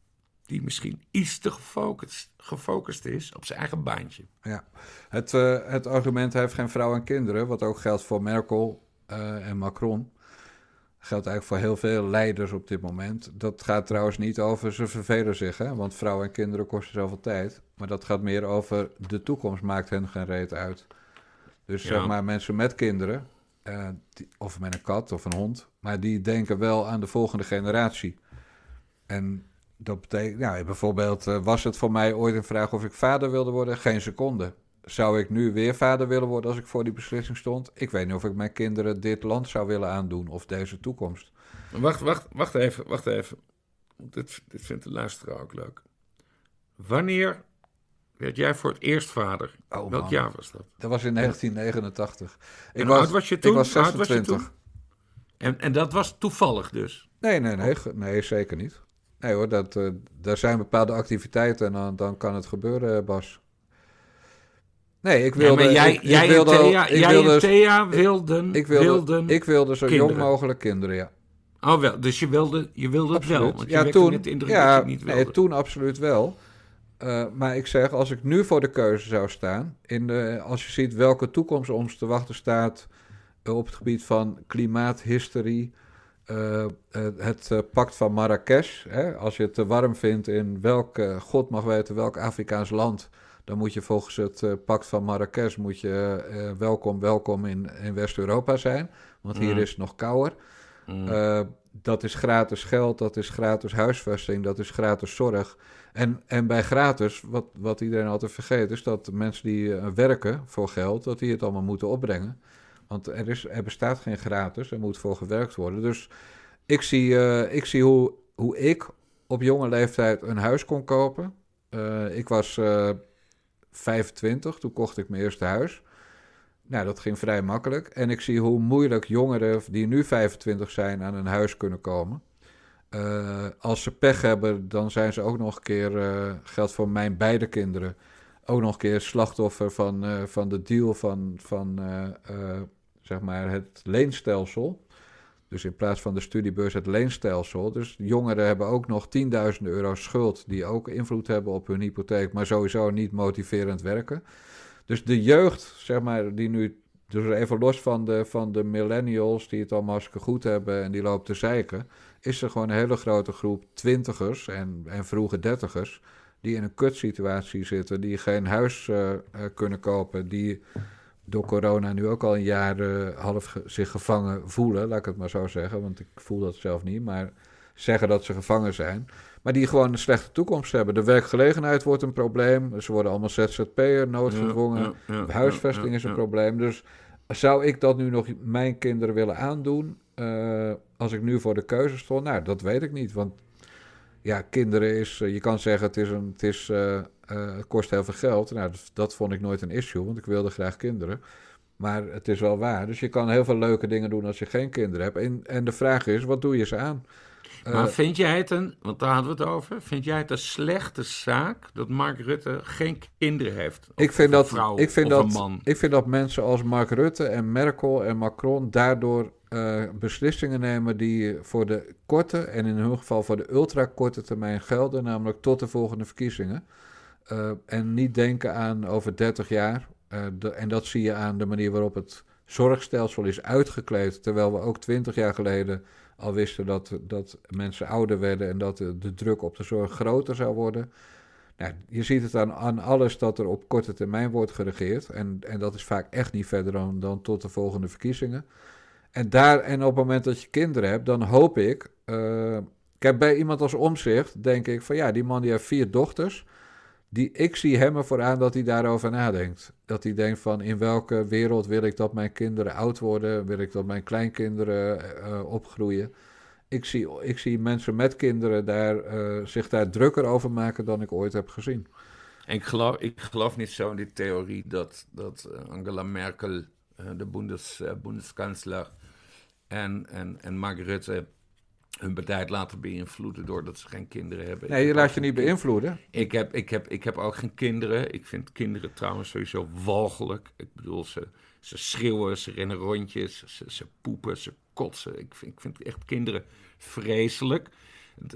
die misschien iets te gefocust, gefocust is op zijn eigen baantje. Ja, het, uh, het argument hij heeft geen vrouw en kinderen, wat ook geldt voor Merkel uh, en Macron, geldt eigenlijk voor heel veel leiders op dit moment. Dat gaat trouwens niet over ze vervelen zich, hè? Want vrouwen en kinderen kosten zoveel tijd. Maar dat gaat meer over de toekomst, maakt hen geen reet uit. Dus ja. zeg maar mensen met kinderen, uh, die, of met een kat of een hond, maar die denken wel aan de volgende generatie. En dat betekent, ja, bijvoorbeeld uh, was het voor mij ooit een vraag of ik vader wilde worden? Geen seconde. Zou ik nu weer vader willen worden als ik voor die beslissing stond? Ik weet niet of ik mijn kinderen dit land zou willen aandoen of deze toekomst. Wacht, wacht, wacht even, wacht even. Dit, dit vindt de luisteraar ook leuk. Wanneer werd jij voor het eerst vader? Oh, Welk man. jaar was dat? Dat was in negentien negenentachtig. En ik was, oud was je toen? Ik was zesentwintig. En, en dat was toevallig dus? Nee, nee, nee, nee zeker niet. Nee hoor, dat, uh, er zijn bepaalde activiteiten en dan, dan kan het gebeuren, Bas. Nee, ik wilde... Ja, maar jij, ik, jij, ik wilde, en Thea, ik jij wilde, en Thea wilden, ik wilde, wilden ik wilde zo kinderen. jong mogelijk kinderen, ja. Oh wel, dus je wilde, je wilde het wel? Want je ja, wekte toen, net de indruk ja, dat je het niet wilde. Nee, toen absoluut wel. Uh, maar ik zeg, als ik nu voor de keuze zou staan, in de, als je ziet welke toekomst ons te wachten staat uh, op het gebied van klimaathysterie, uh, uh, het uh, pact van Marrakesh, hè, als je het te warm vindt in welk, uh, God mag weten welk Afrikaans land, dan moet je volgens het uh, pact van Marrakesh moet je uh, welkom, welkom in, in West-Europa zijn, want hier mm. is het nog kouder. Mm. Uh, dat is gratis geld, dat is gratis huisvesting, dat is gratis zorg. En, en bij gratis, wat, wat iedereen altijd vergeet, is dat de mensen die uh, werken voor geld, dat die het allemaal moeten opbrengen. Want er, is, er bestaat geen gratis, er moet voor gewerkt worden. Dus ik zie, uh, ik zie hoe, hoe ik op jonge leeftijd een huis kon kopen. Uh, ik was uh, vijfentwintig, toen kocht ik mijn eerste huis. Nou, dat ging vrij makkelijk. En ik zie hoe moeilijk jongeren die nu vijfentwintig zijn aan een huis kunnen komen. Uh, als ze pech hebben, dan zijn ze ook nog een keer, uh, geldt voor mijn beide kinderen, ook nog een keer slachtoffer van, uh, van de deal van, van uh, uh, zeg maar het leenstelsel. Dus in plaats van de studiebeurs het leenstelsel. Dus jongeren hebben ook nog tienduizenden euro schuld die ook invloed hebben op hun hypotheek, maar sowieso niet motiverend werken. Dus de jeugd, zeg maar, die nu, dus even los van de, van de millennials die het allemaal hartstikke goed hebben en die lopen te zeiken, is er gewoon een hele grote groep twintigers en, en vroege dertigers die in een kutsituatie zitten, die geen huis uh, uh, kunnen kopen, die door corona nu ook al een jaar uh, half ge- zich gevangen voelen, laat ik het maar zo zeggen, want ik voel dat zelf niet, maar zeggen dat ze gevangen zijn, maar die gewoon een slechte toekomst hebben. De werkgelegenheid wordt een probleem, ze worden allemaal Z Z P'er, noodgedwongen, ja, ja, ja, huisvesting ja, ja, is een ja. probleem, dus zou ik dat nu nog mijn kinderen willen aandoen, uh, als ik nu voor de keuze stond? Nou, dat weet ik niet, want ja, kinderen is, uh, je kan zeggen het, is een, het, is, uh, uh, het kost heel veel geld. Nou, dat, dat vond ik nooit een issue, want ik wilde graag kinderen. Maar het is wel waar. Dus je kan heel veel leuke dingen doen als je geen kinderen hebt. En, en de vraag is, wat doe je ze aan? Maar uh, vind jij het een, want daar hadden we het over, vind jij het een slechte zaak dat Mark Rutte geen kinderen heeft? Ik vind, dat, vrouw, ik, vind dat, man? ik vind dat mensen als Mark Rutte en Merkel en Macron daardoor uh, beslissingen nemen die voor de korte en in hun geval voor de ultrakorte termijn gelden, namelijk tot de volgende verkiezingen. Uh, en niet denken aan over dertig jaar. Uh, de, en dat zie je aan de manier waarop het zorgstelsel is uitgekleed, terwijl we ook twintig jaar geleden al wisten dat, dat mensen ouder werden en dat de, de druk op de zorg groter zou worden. Nou, je ziet het aan, aan alles dat er op korte termijn wordt geregeerd. En, en dat is vaak echt niet verder dan, dan tot de volgende verkiezingen. En, daar, en op het moment dat je kinderen hebt, dan hoop ik... Uh, kijk, bij iemand als Omtzigt denk ik van ja, die man die heeft vier dochters. Die, ik zie hem ervoor aan dat hij daarover nadenkt. Dat hij denkt van in welke wereld wil ik dat mijn kinderen oud worden? Wil ik dat mijn kleinkinderen uh, opgroeien? Ik zie, ik zie mensen met kinderen daar, uh, zich daar drukker over maken dan ik ooit heb gezien. Ik geloof, ik geloof niet zo in die theorie dat, dat Angela Merkel, uh, de Bundes, uh, Bundeskansler en, en, en Mark Rutte hun beleid laten beïnvloeden doordat ze geen kinderen hebben. Nee, je laat je niet beïnvloeden. Ik heb, ik, heb, ik heb ook geen kinderen. Ik vind kinderen trouwens sowieso walgelijk. Ik bedoel, ze, ze schreeuwen, ze rennen rondjes, ze, ze poepen, ze kotsen. Ik vind, ik vind echt kinderen vreselijk. Het, het,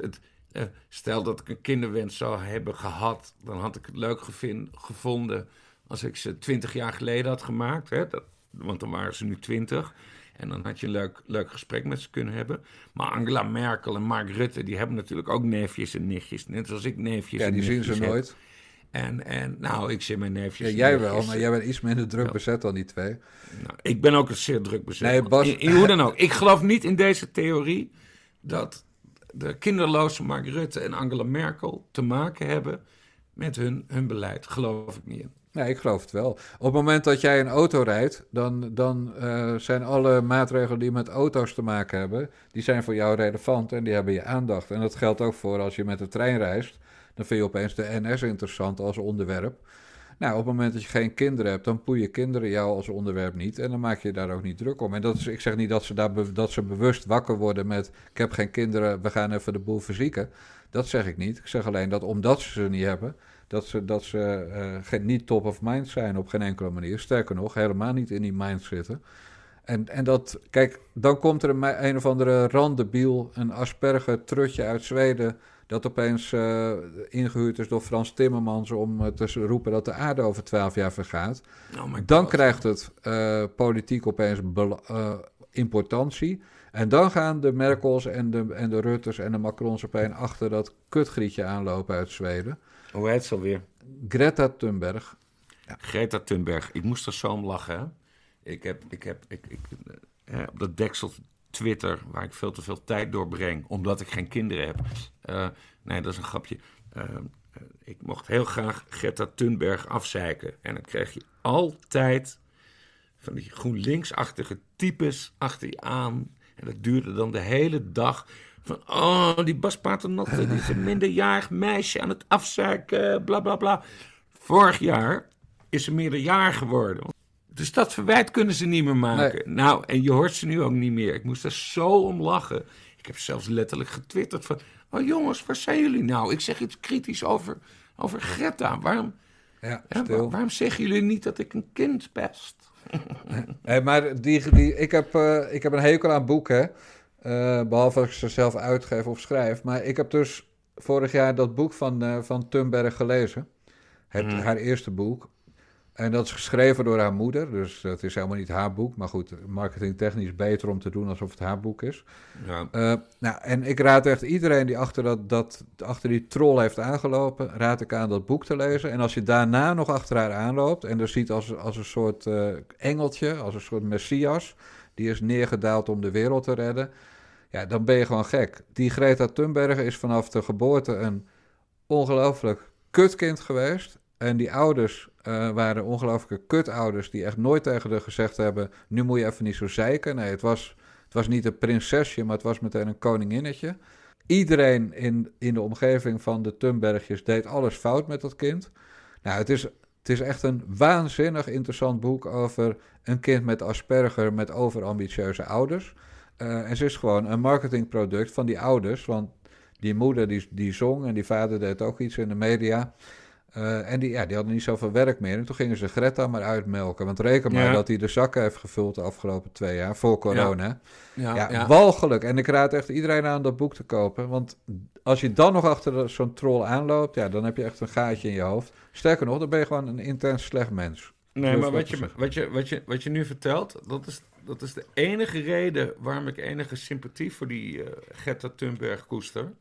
Uh, stel dat ik een kinderwens zou hebben gehad, dan had ik het leuk gevin, gevonden als ik ze twintig jaar geleden had gemaakt. Hè? Dat, want dan waren ze nu twintig. En dan had je een leuk, leuk gesprek met ze kunnen hebben. Maar Angela Merkel en Mark Rutte, die hebben natuurlijk ook neefjes en nichtjes. Net zoals ik neefjes ja, en nichtjes heb. Ja, die zien ze nooit. En, en nou, ik zie mijn neefjes. Ja, jij wel, maar jij bent iets minder druk ja. bezet dan die twee. Nou, ik ben ook een zeer druk bezet. Nee, Bas... in, in, hoe dan ook. Ik geloof niet in deze theorie dat de kinderloze Mark Rutte en Angela Merkel te maken hebben met hun, hun beleid. Geloof ik niet in. Nee, ik geloof het wel. Op het moment dat jij een auto rijdt, dan, dan uh, zijn alle maatregelen die met auto's te maken hebben, die zijn voor jou relevant en die hebben je aandacht. En dat geldt ook voor als je met de trein reist, dan vind je opeens de N S interessant als onderwerp. Nou, op het moment dat je geen kinderen hebt, dan poeien kinderen jou als onderwerp niet en dan maak je daar ook niet druk om. En dat is, ik zeg niet dat ze, daar be, dat ze bewust wakker worden met, ik heb geen kinderen, we gaan even de boel verzieken. Dat zeg ik niet. Ik zeg alleen dat omdat ze ze niet hebben, dat ze, dat ze uh, geen, niet top of mind zijn op geen enkele manier. Sterker nog, helemaal niet in die mind zitten. En, en dat, kijk, dan komt er een, een of andere randebiel, een Asperger trutje uit Zweden, dat opeens uh, ingehuurd is door Frans Timmermans om uh, te roepen dat de aarde over twaalf jaar vergaat. Oh dan God. krijgt het uh, politiek opeens bela- uh, importantie. En dan gaan de Merkels en de, en de Rutters en de Macrons opeens achter dat kutgrietje aanlopen uit Zweden. Hoe heet ze alweer? Greta Thunberg. Ja. Greta Thunberg. Ik moest er zo om lachen. Hè? Ik heb, ik heb ik, ik, hè, op dat deksel Twitter, waar ik veel te veel tijd doorbreng, omdat ik geen kinderen heb. Uh, nee, dat is een grapje. Uh, ik mocht heel graag Greta Thunberg afzeiken. En dan kreeg je altijd van die GroenLinks-achtige types achter je aan. En dat duurde dan de hele dag. Van, oh, die Bas Paternotte, die is een minderjarig meisje aan het afzeiken, bla bla bla. Vorig jaar is ze meerderjarig geworden. Dus dat verwijt kunnen ze niet meer maken. Nee. Nou, en je hoort ze nu ook niet meer. Ik moest er zo om lachen. Ik heb zelfs letterlijk getwitterd van, oh jongens, waar zijn jullie nou? Ik zeg iets kritisch over, over Greta. Waarom, ja, ja, waar, waarom zeggen jullie niet dat ik een kind pest? Hey, maar die, die, ik, heb, uh, ik heb een hekel aan boeken, uh, behalve als ik ze zelf uitgeef of schrijf. Maar ik heb dus vorig jaar dat boek van, uh, van Thunberg gelezen. Het, mm. Haar eerste boek. En dat is geschreven door haar moeder, dus dat is helemaal niet haar boek. Maar goed, marketingtechnisch beter om te doen alsof het haar boek is. Ja. Uh, nou, en ik raad echt iedereen die achter, dat, dat, achter die troll heeft aangelopen, raad ik aan dat boek te lezen. En als je daarna nog achter haar aanloopt en er ziet als, als een soort uh, engeltje, als een soort messias, die is neergedaald om de wereld te redden, ja, dan ben je gewoon gek. Die Greta Thunberg is vanaf de geboorte een ongelooflijk kutkind geweest. En die ouders uh, waren ongelooflijke kutouders die echt nooit tegen haar gezegd hebben, nu moet je even niet zo zeiken. Nee, het was, het was niet een prinsesje, maar het was meteen een koninginnetje. Iedereen in, in de omgeving van de Thunbergjes deed alles fout met dat kind. Nou, het is, het is echt een waanzinnig interessant boek over een kind met Asperger met overambitieuze ouders. Uh, en ze is gewoon een marketingproduct van die ouders, want die moeder die, die zong en die vader deed ook iets in de media. Uh, en die, ja, die hadden niet zoveel werk meer. En toen gingen ze Greta maar uitmelken. Want reken maar ja. dat hij de zakken heeft gevuld de afgelopen twee jaar, voor corona. Ja, ja, ja, ja. walgelijk. En ik raad echt iedereen aan dat boek te kopen. Want als je dan nog achter zo'n troll aanloopt, ja, dan heb je echt een gaatje in je hoofd. Sterker nog, dan ben je gewoon een intens slecht mens. Nee, maar wat je, wat, je, wat, je, wat je nu vertelt, dat is, dat is de enige reden waarom ik enige sympathie voor die uh, Greta Thunberg koester.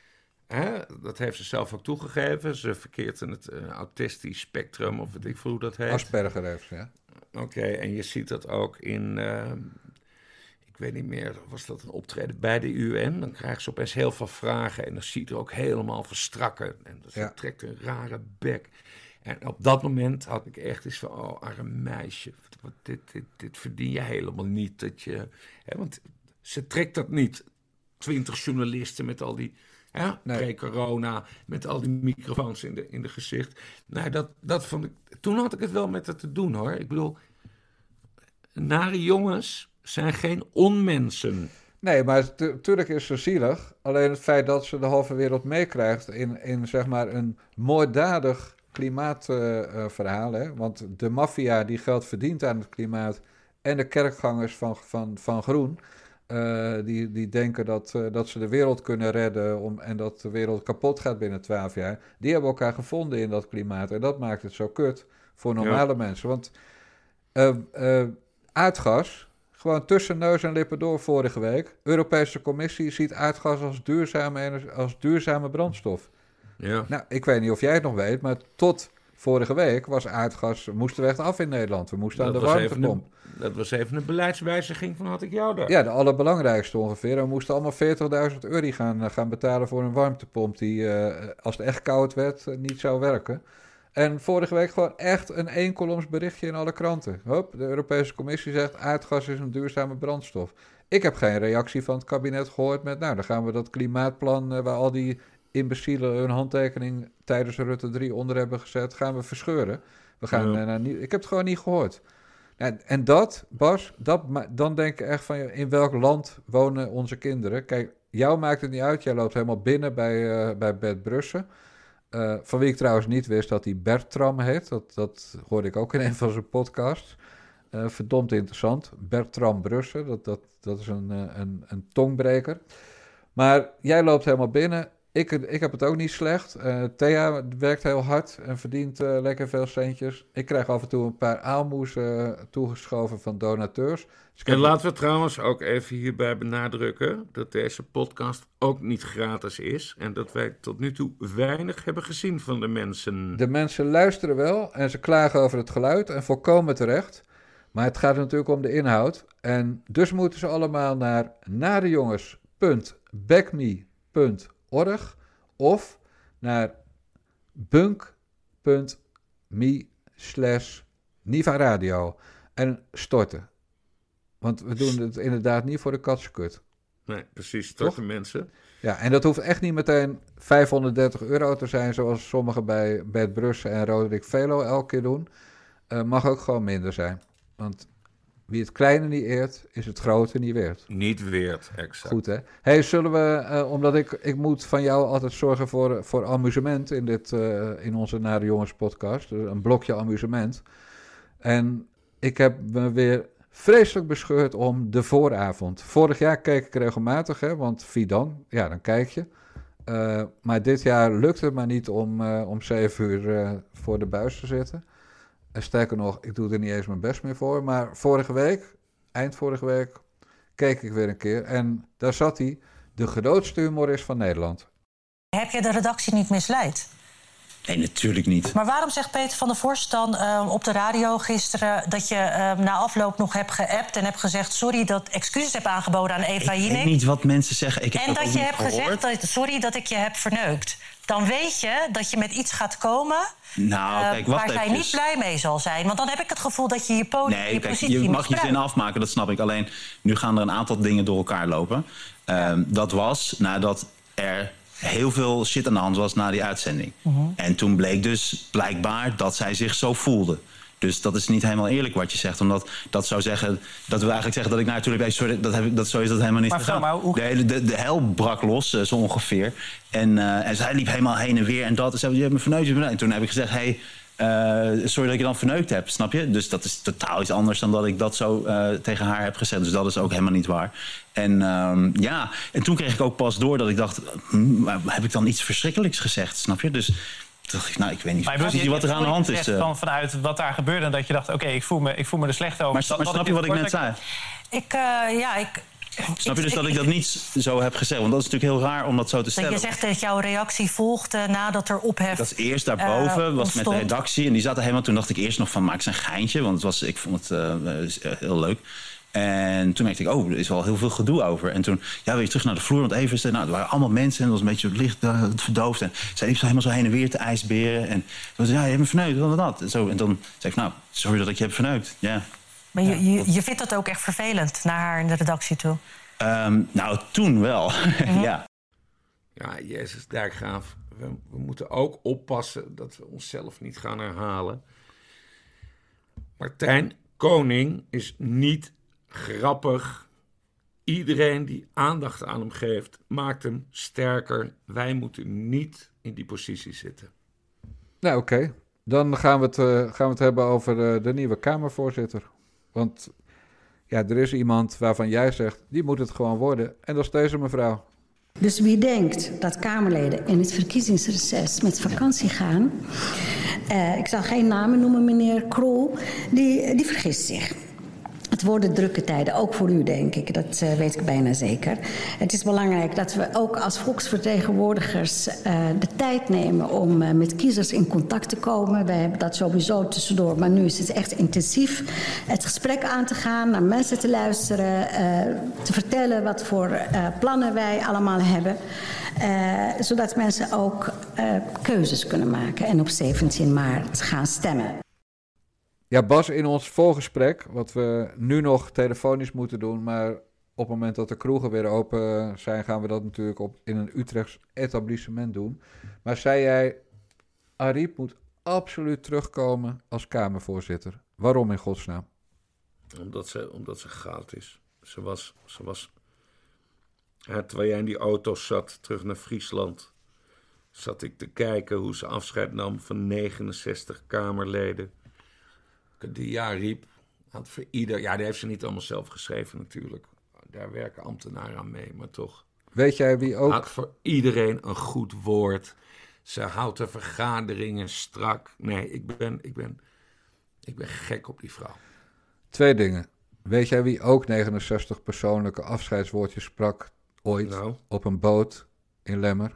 Hè? Dat heeft ze zelf ook toegegeven. Ze verkeert in het uh, autistisch spectrum, of weet ik veel hoe dat heet. Asperger heeft ze, ja. Oké, okay, en je ziet dat ook in, uh, ik weet niet meer, was dat een optreden bij de U N? Dan krijgen ze opeens heel veel vragen en dan ziet er ook helemaal verstrakken. En ze ja. trekt een rare bek. En op dat moment had ik echt iets van, oh, arm meisje, dit, dit, dit verdien je helemaal niet. Dat je, hè, want ze trekt dat niet. Twintig journalisten met al die... Ja, nee. Pre-corona, met al die microfoons in de, in de gezicht. Nou, dat, dat vond ik... Toen had ik het wel met het te doen, hoor. Ik bedoel, nare jongens zijn geen onmensen. Nee, maar natuurlijk is ze zielig. Alleen het feit dat ze de halve wereld meekrijgt in, in zeg maar een moorddadig klimaatverhaal. Uh, Want de maffia die geld verdient aan het klimaat en de kerkgangers van, van, van Groen... Uh, die, die denken dat, uh, dat ze de wereld kunnen redden om, en dat de wereld kapot gaat binnen twaalf jaar. Die hebben elkaar gevonden in dat klimaat. En dat maakt het zo kut voor normale ja. mensen. Want uh, uh, aardgas, gewoon tussen neus en lippen door vorige week. Europese Commissie ziet aardgas als duurzame, als duurzame brandstof. Ja. Nou, ik weet niet of jij het nog weet, maar tot vorige week was aardgas, moesten we echt af in Nederland. We moesten dat aan de warmtepomp. Dat was even een beleidswijziging van had ik jou daar. Ja, de allerbelangrijkste ongeveer. We moesten allemaal veertigduizend euro gaan, gaan betalen voor een warmtepomp die, uh, als het echt koud werd, uh, niet zou werken. En vorige week gewoon echt een éénkoloms berichtje in alle kranten. Hop, de Europese Commissie zegt aardgas is een duurzame brandstof. Ik heb geen reactie van het kabinet gehoord met, nou, dan gaan we dat klimaatplan, uh, waar al die imbecielen hun handtekening tijdens Rutte drie onder hebben gezet, gaan we verscheuren. We gaan, ja. uh, naar, ik heb het gewoon niet gehoord. En, en dat, Bas, dat, dan denk ik echt van, in welk land wonen onze kinderen? Kijk, jou maakt het niet uit. Jij loopt helemaal binnen bij, uh, bij Bert Brussen. Uh, van wie ik trouwens niet wist dat hij Bertram heet. Dat, dat hoorde ik ook in een van zijn podcasts. Uh, verdomd interessant. Bertram Brussen, dat, dat, dat is een, een, een tongbreker. Maar jij loopt helemaal binnen. Ik, ik heb het ook niet slecht. Uh, Thea werkt heel hard en verdient uh, lekker veel centjes. Ik krijg af en toe een paar aalmoezen uh, toegeschoven van donateurs. Dus en laten we trouwens ook even hierbij benadrukken dat deze podcast ook niet gratis is. En dat wij tot nu toe weinig hebben gezien van de mensen. De mensen luisteren wel en ze klagen over het geluid en volkomen terecht. Maar het gaat natuurlijk om de inhoud. En dus moeten ze allemaal naar nadejongens punt backme punt org of naar bunk punt me slash Niva Radio en storten. Want we doen het inderdaad niet voor de katsenkut. Nee, precies, storten mensen. Ja, en dat hoeft echt niet meteen vijfhonderddertig euro te zijn, zoals sommigen bij Bert Brussen en Roderick Velo elke keer doen. Uh, mag ook gewoon minder zijn. Want wie het kleine niet eert, is het grote niet weert. Niet weert, exact. Goed, hè? Hey, zullen we, uh, omdat ik, ik moet van jou altijd zorgen voor, voor amusement in, dit, uh, in onze Nare Jongens podcast. Dus een blokje amusement. En ik heb me weer vreselijk bescheurd om de vooravond. Vorig jaar keek ik regelmatig, hè, want wie dan? Ja, dan kijk je. Uh, maar dit jaar lukt het maar niet om, uh, om zeven uur uh, voor de buis te zitten. En sterker nog, ik doe er niet eens mijn best meer voor. Maar vorige week, eind vorige week, keek ik weer een keer. En daar zat hij, de grootste humorist van Nederland. Heb je de redactie niet misleid? Nee, natuurlijk niet. Maar waarom zegt Peter van der Vorst dan uh, op de radio gisteren dat je uh, na afloop nog hebt geappt en hebt gezegd sorry dat excuses heb aangeboden aan Eva Jinek? Ik weet niet wat mensen zeggen. Ik heb en dat, dat je hebt gehoord. gezegd dat, sorry dat ik je heb verneukt. Dan weet je dat je met iets gaat komen nou, kijk, uh, wacht waar zij eventjes. niet blij mee zal zijn. Want dan heb ik het gevoel dat je je, podium, nee, je kijk, positie je mag misbruikt. je zin afmaken, dat snap ik. Alleen, nu gaan er een aantal dingen door elkaar lopen. Uh, ja. Dat was nadat er heel veel shit aan de hand was na die uitzending. Uh-huh. En toen bleek dus blijkbaar dat zij zich zo voelde. Dus dat is niet helemaal eerlijk wat je zegt. Omdat dat zou zeggen, dat wil eigenlijk zeggen dat ik nou natuurlijk... Sorry, dat heb ik, dat, zo is dat helemaal niet gegaan. Maar hoe... de, de, de hel brak los, zo ongeveer. En, uh, en zij liep helemaal heen en weer en dat. En zei, je hebt me verneukt. En toen heb ik gezegd, hey, uh, sorry dat ik je dan verneukt heb, snap je? Dus dat is totaal iets anders dan dat ik dat zo uh, tegen haar heb gezegd. Dus dat is ook helemaal niet waar. En um, ja, en toen kreeg ik ook pas door dat ik dacht... Hm, heb ik dan iets verschrikkelijks gezegd, snap je? Dus... dacht ik, nou, ik weet niet maar precies wat er aan de hand is. Van, vanuit wat daar gebeurde, dat je dacht, oké, okay, ik, voel me, ik voel me er slecht over. Maar, maar snap je wat ik net zei? Ik, uh, ja, ik... Snap je dus dat ik dat niet zo heb gezegd? Want dat is natuurlijk heel raar om dat zo te stellen. Je zegt dat jouw reactie volgde nadat er ophef dat is eerst daarboven, uh, was met de redactie. En die zaten helemaal, toen dacht ik eerst nog van, maak eens een geintje. Want het was, ik vond het uh, heel leuk. En toen merkte ik, oh, er is wel heel veel gedoe over. En toen, ja, weer terug naar de vloer. Want even, nou, er waren allemaal mensen en het was een beetje het licht uh, verdoofd. En zij liep zo helemaal zo heen en weer te ijsberen. En toen zei ja, je hebt me verneukt, wat dat? En, zo, en dan zei ik, nou, sorry dat ik je heb verneukt. Ja. Maar je, je, je vindt dat ook echt vervelend naar haar in de redactie toe? Um, nou, toen wel, uh-huh. ja. Ja, Jezus Dijkgraaf, we, we moeten ook oppassen dat we onszelf niet gaan herhalen. Martijn Koning is niet grappig. Iedereen die aandacht aan hem geeft, maakt hem sterker. Wij moeten niet in die positie zitten. Nou, oké. Okay. Dan gaan we, het, uh, gaan we het hebben over de, de nieuwe Kamervoorzitter. Want Ja, er is iemand waarvan jij zegt, die moet het gewoon worden. En dat is deze mevrouw. Dus wie denkt dat Kamerleden in het verkiezingsreces met vakantie gaan... Uh, ik zal geen namen noemen, meneer Krol, die, die vergist zich. Het worden drukke tijden, ook voor u, denk ik. Dat uh, weet ik bijna zeker. Het is belangrijk dat we ook als volksvertegenwoordigers uh, de tijd nemen om uh, met kiezers in contact te komen. Wij hebben dat sowieso tussendoor, maar nu is het echt intensief. Het gesprek aan te gaan, naar mensen te luisteren, uh, te vertellen wat voor uh, plannen wij allemaal hebben. Uh, zodat mensen ook uh, keuzes kunnen maken en op zeventien maart gaan stemmen. Ja, Bas, in ons voorgesprek, wat we nu nog telefonisch moeten doen, maar op het moment dat de kroegen weer open zijn, gaan we dat natuurlijk op, in een Utrechts etablissement doen. Maar zei jij, Ariep moet absoluut terugkomen als Kamervoorzitter. Waarom in godsnaam? Omdat ze, omdat ze goud is. Ze was, ze was ja, terwijl jij in die auto zat, terug naar Friesland, zat ik te kijken hoe ze afscheid nam van negenenzestig Kamerleden. Die ja riep, had voor ieder... Ja, die heeft ze niet allemaal zelf geschreven natuurlijk. Daar werken ambtenaren aan mee, maar toch. Weet jij wie ook... Had voor iedereen een goed woord. Ze houdt de vergaderingen strak. Nee, ik ben, ik ben, ik ben gek op die vrouw. Twee dingen. Weet jij wie ook negenenzestig persoonlijke afscheidswoordjes sprak ooit nou? Op een boot in Lemmer?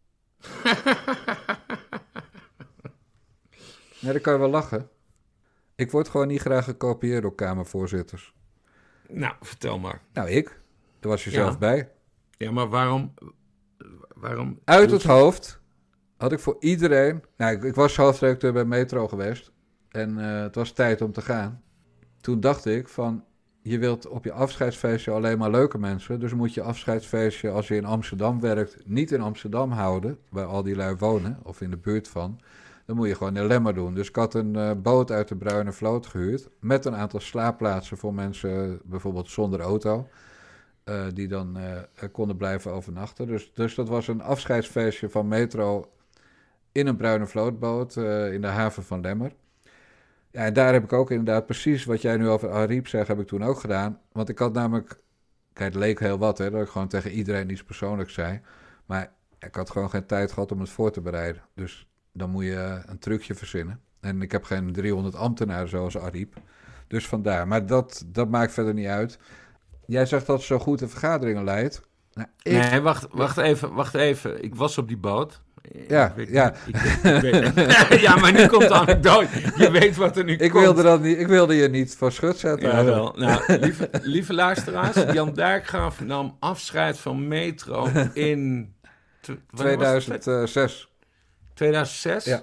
Nee, dan kan je wel lachen. Ik word gewoon niet graag gekopieerd door Kamervoorzitters. Nou, vertel maar. Nou, ik. Daar was je zelf ja. bij. Ja, maar waarom... waarom Uit het hoofd had ik voor iedereen... Nou, ik, ik was hoofdredacteur bij Metro geweest. En uh, het was tijd om te gaan. Toen dacht ik van... Je wilt op je afscheidsfeestje alleen maar leuke mensen. Dus moet je afscheidsfeestje, als je in Amsterdam werkt, niet in Amsterdam houden. Waar al die lui wonen, of in de buurt van... Dan moet je gewoon in Lemmer doen. Dus ik had een uh, boot uit de Bruine Vloot gehuurd. Met een aantal slaapplaatsen voor mensen, bijvoorbeeld zonder auto. Uh, die dan uh, konden blijven overnachten. Dus, dus dat was een afscheidsfeestje van Metro in een Bruine Vlootboot uh, in de haven van Lemmer. Ja, en daar heb ik ook inderdaad precies wat jij nu over Ariep zegt, heb ik toen ook gedaan. Want ik had namelijk... Kijk, het leek heel wat, hè, dat ik gewoon tegen iedereen iets persoonlijks zei. Maar ik had gewoon geen tijd gehad om het voor te bereiden. Dus... Dan moet je een trucje verzinnen. En ik heb geen driehonderd ambtenaren zoals Ariep. Dus vandaar. Maar dat, dat maakt verder niet uit. Jij zegt dat ze zo goed de vergaderingen leidt. Nou, ik... Nee, wacht, wacht even, wacht even. Ik was op die boot. Ja, ik weet, ja. Ik, ik, ik weet, ja, maar nu komt de anekdote. Je weet wat er nu ik komt. Wilde dat niet, ik wilde je niet voor schut zetten. Ja, wel. Nou, lieve, lieve luisteraars. Jan Dijkgraaf nam afscheid van Metro in... T- tweeduizend zes. tweeduizend zes. Ja.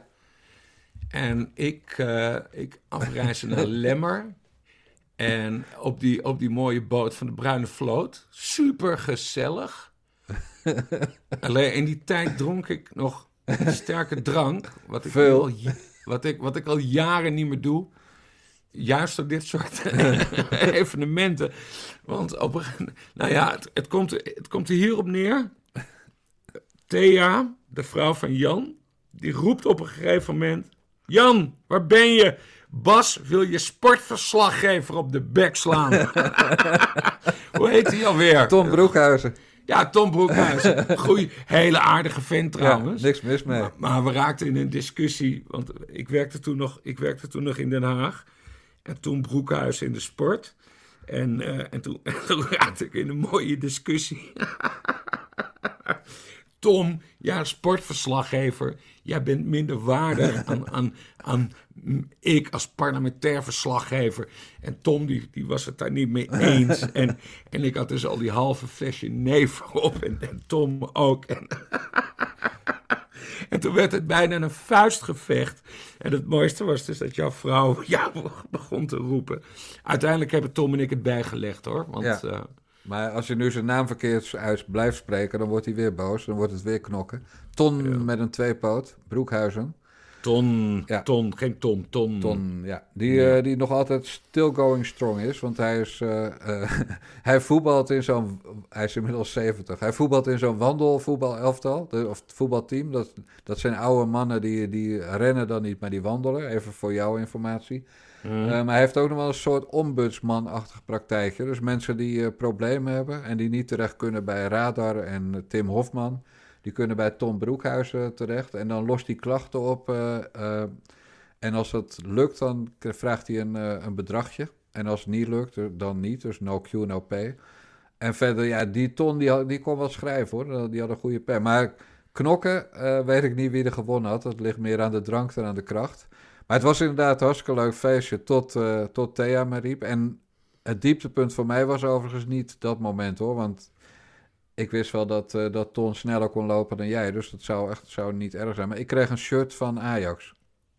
En ik, uh, ik afreizen naar Lemmer. En op die, op die mooie boot van de Bruine Vloot. Super gezellig. Alleen in die tijd dronk ik nog sterke drank. Wat ik, Veel. Al, wat, ik, wat ik al jaren niet meer doe. Juist op dit soort evenementen. Want op, nou ja, het, het, komt, het komt er hierop neer. Thea, de vrouw van Jan, die roept op een gegeven moment... Jan, waar ben je? Bas wil je sportverslaggever op de bek slaan. Hoe heet hij alweer? Tom Broekhuizen. Ja, Tom Broekhuizen. Goeie, hele aardige vent trouwens. Ja, niks mis mee. Maar, maar we raakten in een discussie, want ik werkte toen nog, ik werkte toen nog in Den Haag. En Tom Broekhuizen in de sport. En, uh, en toen, toen raakte ik in een mooie discussie. Tom, ja, sportverslaggever, jij bent minder waardig aan, aan, aan ik als parlementair verslaggever. En Tom, die, die was het daar niet mee eens. En, en ik had dus al die halve flesje neef op en, en Tom ook. En, en toen werd het bijna een vuistgevecht. En het mooiste was dus dat jouw vrouw jou begon te roepen. Uiteindelijk hebben Tom en ik het bijgelegd, hoor. Want... Ja. Uh, Maar als je nu zijn naam verkeerd uit blijft spreken, dan wordt hij weer boos. Dan wordt het weer knokken. Ton ja. met een tweepoot, Broekhuizen. Ton, ja. ton, geen Tom, Ton. Ton, ja. Die, ja. Uh, die nog altijd still going strong is, want hij is... Uh, uh, hij voetbalt in zo'n... Hij is inmiddels zeventig. Hij voetbalt in zo'n wandelvoetbalelftal, de, of het voetbalteam. Dat, dat zijn oude mannen die, die rennen dan niet, maar die wandelen. Even voor jouw informatie. Mm. Uh, maar hij heeft ook nog wel een soort ombudsman-achtig praktijkje. Dus mensen die uh, problemen hebben en die niet terecht kunnen bij Radar en uh, Tim Hofman... Die kunnen bij Tom Broekhuizen terecht en dan lost hij klachten op. Uh, uh, en als het lukt, dan vraagt hij een, uh, een bedragje. En als het niet lukt, dan niet. Dus no Q, no pay. En verder, ja, die Ton, die, had, die kon wel schrijven hoor. Die had een goede pen. Maar knokken, uh, weet ik niet wie er gewonnen had. Dat ligt meer aan de drank dan aan de kracht. Maar het was inderdaad een hartstikke leuk feestje tot, uh, tot Thea me riep. En het dieptepunt voor mij was overigens niet dat moment hoor, want... Ik wist wel dat, uh, dat Ton sneller kon lopen dan jij. Dus dat zou echt zou niet erg zijn. Maar ik kreeg een shirt van Ajax.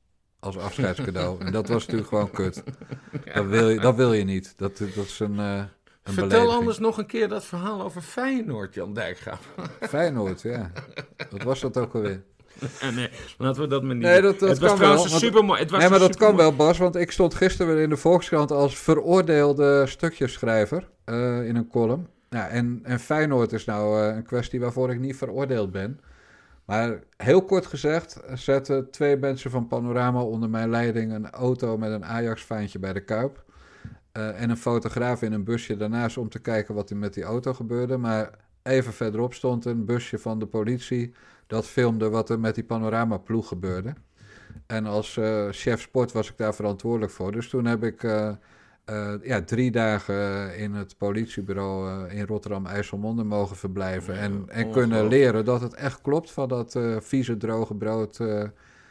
Als afscheidscadeau. En dat was natuurlijk gewoon kut. Dat wil je, dat wil je niet. Dat, dat is een, uh, een Vertel belediging. Anders nog een keer dat verhaal over Feyenoord, Jan Dijkgraaf. Feyenoord, ja. Wat was dat ook alweer? Nee, laten we dat maar niet. Nee, dat, dat het was kan trouwens wel, een supermooi. Nee, maar dat kan wel, Bas. Want ik stond gisteren weer in de Volkskrant als veroordeelde stukjeschrijver. Uh, in een column. Ja, en, en Feyenoord is nou uh, een kwestie waarvoor ik niet veroordeeld ben. Maar heel kort gezegd zetten twee mensen van Panorama onder mijn leiding een auto met een Ajax-faantje bij de Kuip. Uh, en een fotograaf in een busje daarnaast om te kijken wat er met die auto gebeurde. Maar even verderop stond een busje van de politie dat filmde wat er met die Panorama-ploeg gebeurde. En als uh, chef sport was ik daar verantwoordelijk voor. Dus toen heb ik... Uh, Uh, ja, drie dagen in het politiebureau uh, in Rotterdam-IJsselmonde mogen verblijven. Ja, en en kunnen leren dat het echt klopt van dat uh, vieze droge brood, uh,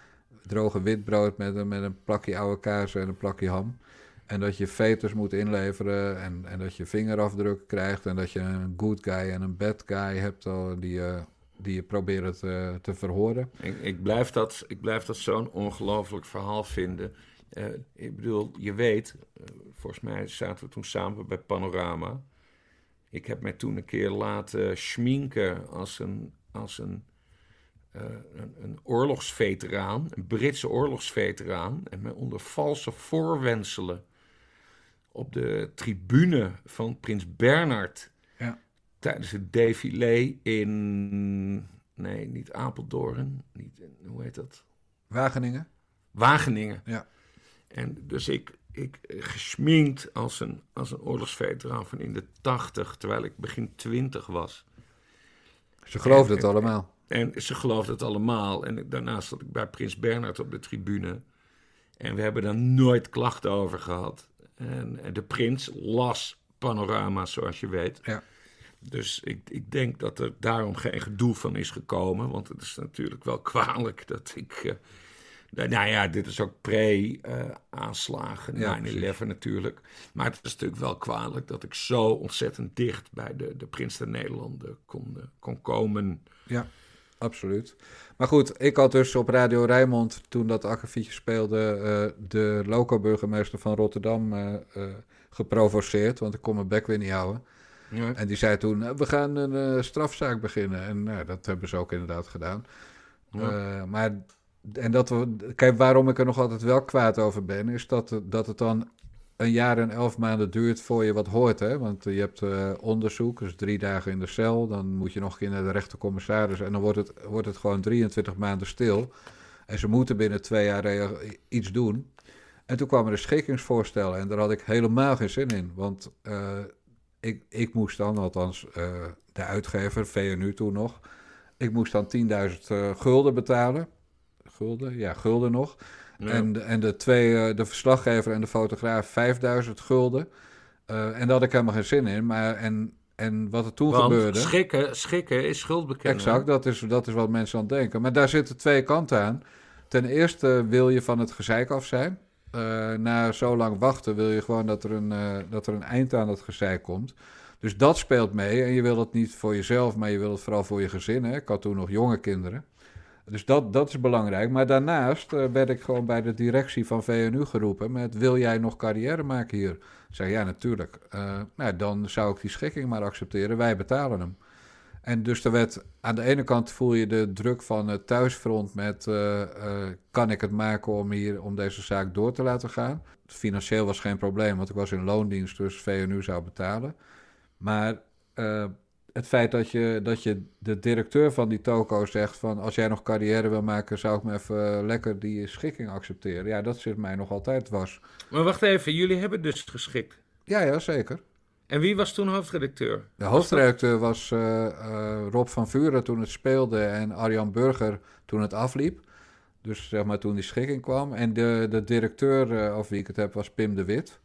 droge witbrood met, met een plakje oude kaas en een plakje ham. En dat je veters moet inleveren en, en dat je vingerafdruk krijgt en dat je een good guy en een bad guy hebt uh, die, uh, die je probeert te, te verhoren. Ik, ik blijf dat, ik blijf dat zo'n ongelooflijk verhaal vinden. Uh, ik bedoel, je weet, uh, volgens mij zaten we toen samen bij Panorama. Ik heb mij toen een keer laten schminken als een, als een, uh, een, een oorlogsveteraan, een Britse oorlogsveteraan. En mij onder valse voorwendselen op de tribune van Prins Bernhard ja. tijdens het défilé in, nee, niet Apeldoorn, niet, hoe heet dat? Wageningen. Wageningen. Ja. En dus ik, ik gesminkt als een, als een oorlogsveteraan van in de tachtig, terwijl ik begin twintig was. Ze geloofden het allemaal. En ze geloofden het allemaal. En daarnaast zat ik bij Prins Bernhard op de tribune. En we hebben daar nooit klachten over gehad. En, en de prins las Panorama, zoals je weet. Ja. Dus ik, ik denk dat er daarom geen gedoe van is gekomen. Want het is natuurlijk wel kwalijk dat ik... Uh, Nou ja, dit is ook pre-aanslagen, uh, ja, nine eleven natuurlijk. Maar het is natuurlijk wel kwalijk dat ik zo ontzettend dicht bij de, de Prins der Nederlanden kon, uh, kon komen. Ja, absoluut. Maar goed, ik had dus op Radio Rijnmond, toen dat akkefietje speelde, uh, de loco-burgemeester van Rotterdam uh, uh, geprovoceerd. Want ik kon mijn bek weer niet houden. Ja. En die zei toen, uh, we gaan een uh, strafzaak beginnen. En uh, dat hebben ze ook inderdaad gedaan. Ja. Uh, maar... En dat we, kijk, waarom ik er nog altijd wel kwaad over ben, is dat, dat het dan een jaar en elf maanden duurt voor je wat hoort. Hè? Want je hebt uh, onderzoek, dus drie dagen in de cel. Dan moet je nog een keer naar de rechtercommissaris. En dan wordt het, wordt het gewoon drieëntwintig maanden stil. En ze moeten binnen twee jaar iets doen. En toen kwamen er schikkingsvoorstellen. En daar had ik helemaal geen zin in. Want uh, ik, ik moest dan, althans uh, de uitgever, V N U toen nog... Ik moest dan tienduizend uh, gulden betalen. Gulden, ja, gulden nog. Ja. En, de, en de twee, de verslaggever en de fotograaf, vijfduizend gulden. Uh, en daar had ik helemaal geen zin in. Maar en, en wat er toen Want gebeurde... Schikken, schikken is schuldbekennen. Exact, dat is, dat is wat mensen aan het denken. Maar daar zitten twee kanten aan. Ten eerste wil je van het gezeik af zijn. Uh, na zo lang wachten wil je gewoon dat er, een, uh, dat er een eind aan het gezeik komt. Dus dat speelt mee. En je wil het niet voor jezelf, maar je wil het vooral voor je gezin. Hè? Ik had toen nog jonge kinderen. Dus dat, dat is belangrijk. Maar daarnaast uh, werd ik gewoon bij de directie van V N U geroepen met... wil jij nog carrière maken hier? Ik zei, ja, natuurlijk. Uh, nou, dan zou ik die schikking maar accepteren. Wij betalen hem. En dus er werd, aan de ene kant voel je de druk van het thuisfront met... Uh, uh, kan ik het maken om, hier, om deze zaak door te laten gaan? Financieel was geen probleem, want ik was in loondienst, dus V N U zou betalen. Maar uh, het feit dat je, dat je de directeur van die toko zegt van... als jij nog carrière wil maken, zou ik me even uh, lekker die schikking accepteren. Ja, dat zit mij nog altijd dwars. Maar wacht even, jullie hebben dus geschikt? Ja, ja, zeker. En wie was toen hoofdredacteur? De hoofdredacteur was uh, uh, Rob van Vuren toen het speelde en Arjan Burger toen het afliep. Dus zeg maar toen die schikking kwam. En de, de directeur, uh, over wie ik het heb, was Pim de Wit.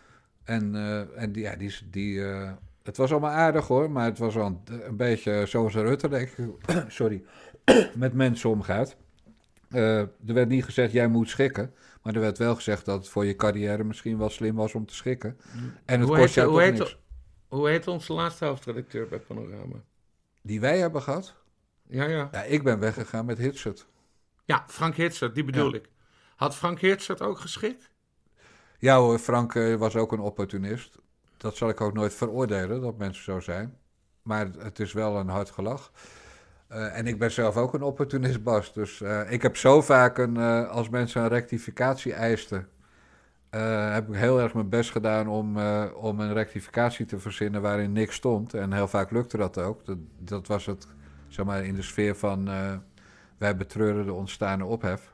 En, uh, en die, ja, die, die, uh, het was allemaal aardig hoor, maar het was wel een, een beetje zoals Rutte, denk ik, sorry, met mensen omgaat. Uh, er werd niet gezegd, jij moet schikken. Maar er werd wel gezegd dat het voor je carrière misschien wel slim was om te schikken. En het hoe kost heet, jou hoe toch heet, niks. Hoe heet onze laatste hoofdredacteur bij Panorama? Die wij hebben gehad? Ja, ja. Ja, ik ben weggegaan met Hitsert. Ja, Frank Hitsert, die bedoel ja. ik. Had Frank Hitsert ook geschikt? Ja hoor, Frank uh, was ook een opportunist. Dat zal ik ook nooit veroordelen, dat mensen zo zijn. Maar het is wel een hard gelach. Uh, en ik ben zelf ook een opportunist, Bas. Dus uh, ik heb zo vaak, een, uh, als mensen een rectificatie eisten... Uh, heb ik heel erg mijn best gedaan om, uh, om een rectificatie te verzinnen waarin niks stond. En heel vaak lukte dat ook. Dat, dat was het, zeg maar, in de sfeer van... Uh, wij betreuren de ontstaande ophef.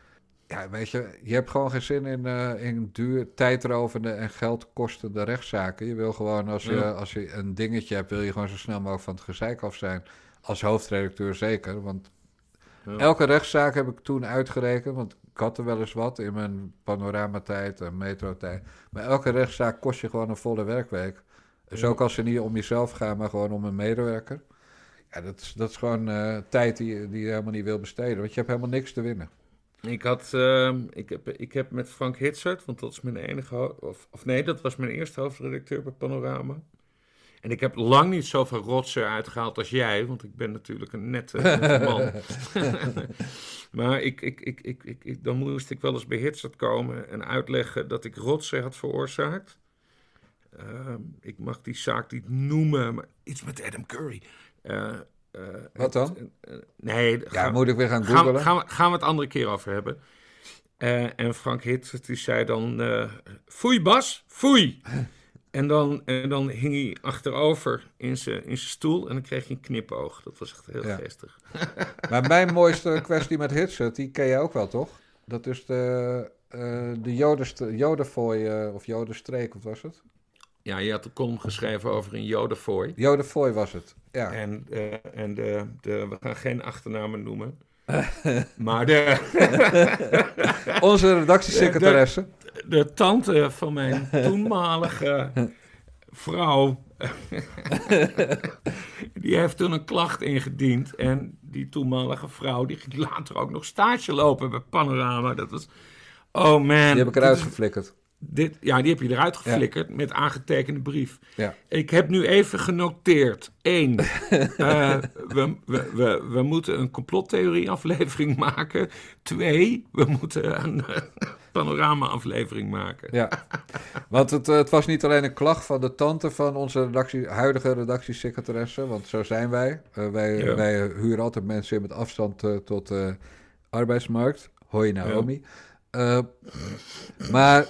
Ja, weet je, je hebt gewoon geen zin in, uh, in duur, tijdrovende en geldkostende rechtszaken. Je wil gewoon, als je, ja. als je een dingetje hebt, wil je gewoon zo snel mogelijk van het gezeik af zijn. Als hoofdredacteur zeker, want ja. elke rechtszaak heb ik toen uitgerekend, want ik had er wel eens wat in mijn panoramatijd en metrotijd. Maar elke rechtszaak kost je gewoon een volle werkweek. Dus ja. ook als ze niet om jezelf gaan, maar gewoon om een medewerker. Ja, dat is, dat is gewoon uh, tijd die, die je helemaal niet wil besteden, want je hebt helemaal niks te winnen. Ik had, uh, ik heb, ik heb met Frank Hitsert, want dat is mijn enige, ho- of, of nee, dat was mijn eerste hoofdredacteur bij Panorama. En ik heb lang niet zoveel rotsen uitgehaald als jij, want ik ben natuurlijk een nette, nette man. Maar ik, ik, ik, ik, ik, ik, dan moest ik wel eens bij Hitsert komen en uitleggen dat ik rotsen had veroorzaakt. Uh, ik mag die zaak niet noemen, maar iets met Adam Curry. Uh, Uh, Wat dan? Uh, uh, nee, ja, gaan, moet ik weer gaan googlen? Gaan, gaan, we, gaan we het andere keer over hebben. Uh, en Frank Hitsert die zei dan... Uh, foei Bas, foei! en, dan, en dan hing hij achterover in zijn in zijn stoel en dan kreeg hij een knipoog. Dat was echt heel ja. geestig. Maar mijn mooiste kwestie met Hitsert, die ken je ook wel, toch? Dat is de, uh, de Jodenst- Jodenfooi uh, of Jodenstreek, wat was het? Ja, je had een column geschreven over een Jodenfooi. Jodenfooi was het, ja. En, uh, en de, de, we gaan geen achternamen noemen. maar de... Onze redactiesecretaresse. De, de, de tante van mijn toenmalige vrouw... die heeft toen een klacht ingediend. En die toenmalige vrouw... die ging later ook nog stage lopen bij Panorama. Dat was... Oh man. Die heb ik eruit geflikkerd. Dit, ja, die heb je eruit geflikkerd ja. met aangetekende brief. Ja. Ik heb nu even genoteerd. Eén, uh, we, we, we, we moeten een complottheorie-aflevering maken. Twee, we moeten een uh, panorama-aflevering maken. Ja, want het, het was niet alleen een klacht van de tante van onze redactie, huidige redactiesecretaresse, want zo zijn wij. Uh, wij, ja. wij huren altijd mensen in met afstand uh, tot de uh, arbeidsmarkt. Hoi Naomi. Ja. Uh, maar,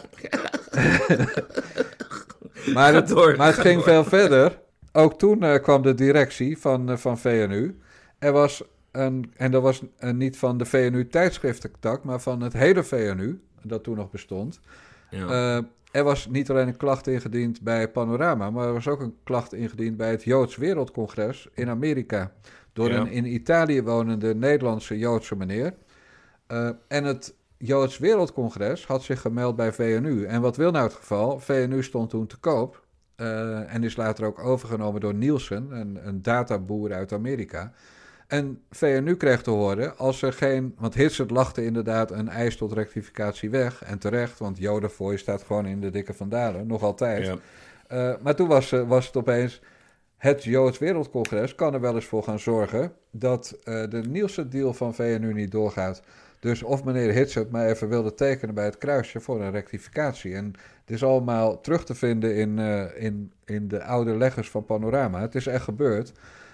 maar, het, door, maar het ging door. veel verder. Ook toen uh, kwam de directie van, uh, van V N U. Er was een, en dat was uh, niet van de V N U tijdschriftentak, maar van het hele V N U, dat toen nog bestond. Ja. Uh, er was niet alleen een klacht ingediend bij Panorama, maar er was ook een klacht ingediend bij het Joods Wereldcongres in Amerika. Door ja. een in Italië wonende Nederlandse Joodse meneer. Uh, en het Joods Wereldcongres had zich gemeld bij V N U. En wat wil nou het geval? V N U stond toen te koop. Uh, en is later ook overgenomen door Nielsen, een, een databoer uit Amerika. En V N U kreeg te horen, als er geen... Want Hitsert lachte inderdaad een eis tot rectificatie weg. En terecht, want Jodenfooi staat gewoon in de dikke vandalen, nog altijd. Ja. Uh, maar toen was, was het opeens... Het Joods Wereldcongres kan er wel eens voor gaan zorgen dat uh, de Nielsen-deal van V N U niet doorgaat. Dus of meneer Hitsert maar even wilde tekenen bij het kruisje voor een rectificatie. En het is allemaal terug te vinden in, uh, in, in de oude leggers van Panorama. Het is echt gebeurd.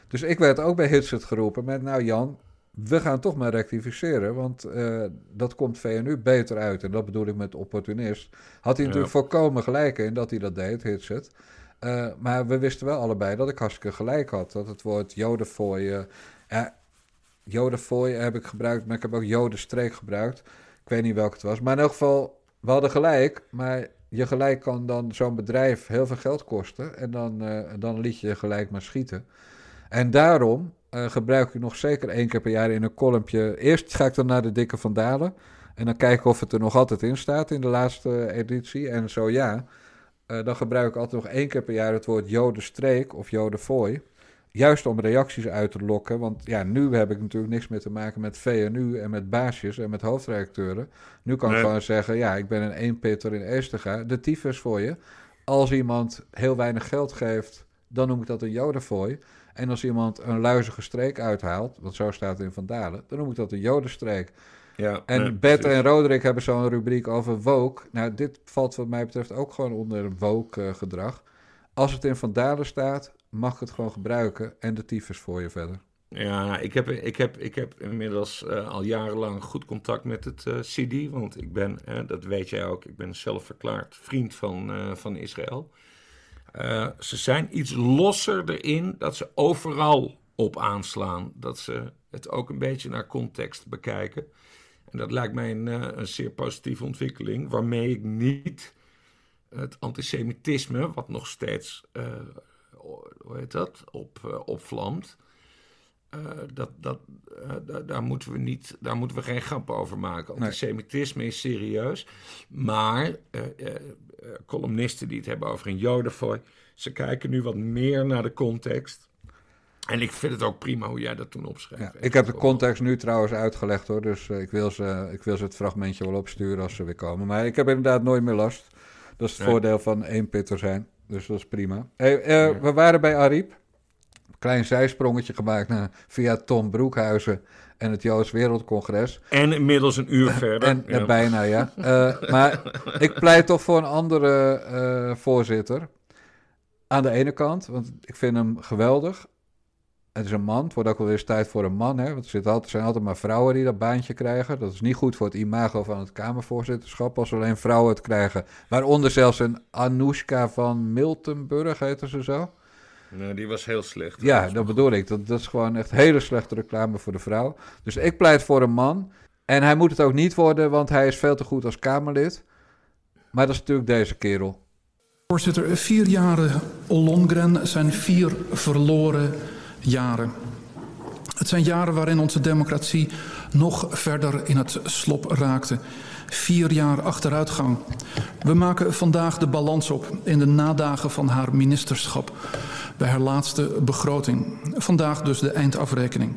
Dus ik werd ook bij Hitset geroepen met, nou Jan, we gaan toch maar rectificeren, want uh, dat komt V N U beter uit. En dat bedoel ik met opportunist. Had hij ja. natuurlijk volkomen gelijk in dat hij dat deed, Hitset. Uh, maar we wisten wel allebei dat ik hartstikke gelijk had. Dat het woord jodenfooi... Uh, uh, jodenfooi heb ik gebruikt, maar ik heb ook jodenstreek gebruikt. Ik weet niet welke het was. Maar in elk geval, we hadden gelijk. Maar je gelijk kan dan zo'n bedrijf heel veel geld kosten. En dan, uh, dan liet je gelijk maar schieten. En daarom uh, gebruik ik nog zeker één keer per jaar in een columnpje. Eerst ga ik dan naar de Dikke Van Dalen. En dan kijken of het er nog altijd in staat in de laatste editie. En zo ja... Uh, dan gebruik ik altijd nog één keer per jaar het woord jodenstreek of jodenfooi. Juist om reacties uit te lokken. Want ja, nu heb ik natuurlijk niks meer te maken met V N U en met baasjes en met hoofdredacteuren. Nu kan nee. ik gewoon zeggen, ja, ik ben een eenpitter in Eestega. De tyfus voor je. Als iemand heel weinig geld geeft, dan noem ik dat een jodenfooi. En als iemand een luizige streek uithaalt, want zo staat het in Van Dalen, dan noem ik dat een jodenstreek. Ja, en nee, Bert en Roderick hebben zo'n rubriek over woke. Nou, dit valt wat mij betreft ook gewoon onder woke uh, gedrag. Als het in Van Dalen staat, mag ik het gewoon gebruiken en de tyfus voor je verder. Ja, ik heb, ik heb, ik heb inmiddels uh, al jarenlang goed contact met het uh, C D. Want ik ben, uh, dat weet jij ook, ik ben zelf verklaard vriend van, uh, van Israël. Uh, ze zijn iets losser erin dat ze overal op aanslaan. Dat ze het ook een beetje naar context bekijken. En dat lijkt mij een, een zeer positieve ontwikkeling, waarmee ik niet het antisemitisme, wat nog steeds, uh, hoe heet dat, op, uh, opvlamt, uh, dat, dat, uh, da, daar, moeten we niet, daar moeten we geen grap over maken. Antisemitisme nee. is serieus, maar uh, uh, columnisten die het hebben over een jodenfooi, ze kijken nu wat meer naar de context. En ik vind het ook prima hoe jij dat toen opschreef. Ja, ik heb de context nu trouwens uitgelegd hoor. Dus uh, ik, wil ze, ik wil ze het fragmentje wel opsturen als ze weer komen. Maar ik heb inderdaad nooit meer last. Dat is het nee. voordeel van één pitter zijn. Dus dat is prima. Hey, uh, ja. We waren bij Ariep. Klein zijsprongetje gemaakt naar, via Tom Broekhuizen en het Joods Wereldcongres. En inmiddels een uur verder. En ja. uh, bijna, ja. Uh, maar ik pleit toch voor een andere uh, voorzitter. Aan de ene kant, want ik vind hem geweldig. Het is een man, het wordt ook wel eens tijd voor een man. Hè? Want er zitten altijd, zijn altijd maar vrouwen die dat baantje krijgen. Dat is niet goed voor het imago van het Kamervoorzitterschap als alleen vrouwen het krijgen. Waaronder zelfs een Anoushka van Miltenburg, heette ze zo. Nee, die was heel slecht. Ja, dat, dat bedoel ik. Dat, dat is gewoon echt hele slechte reclame voor de vrouw. Dus ik pleit voor een man. En hij moet het ook niet worden, want hij is veel te goed als Kamerlid. Maar dat is natuurlijk deze kerel. Voorzitter, vier jaren Ollongren zijn vier verloren jaren. Het zijn jaren waarin onze democratie nog verder in het slop raakte. Vier jaar achteruitgang. We maken vandaag de balans op in de nadagen van haar ministerschap. Bij haar laatste begroting. Vandaag dus de eindafrekening.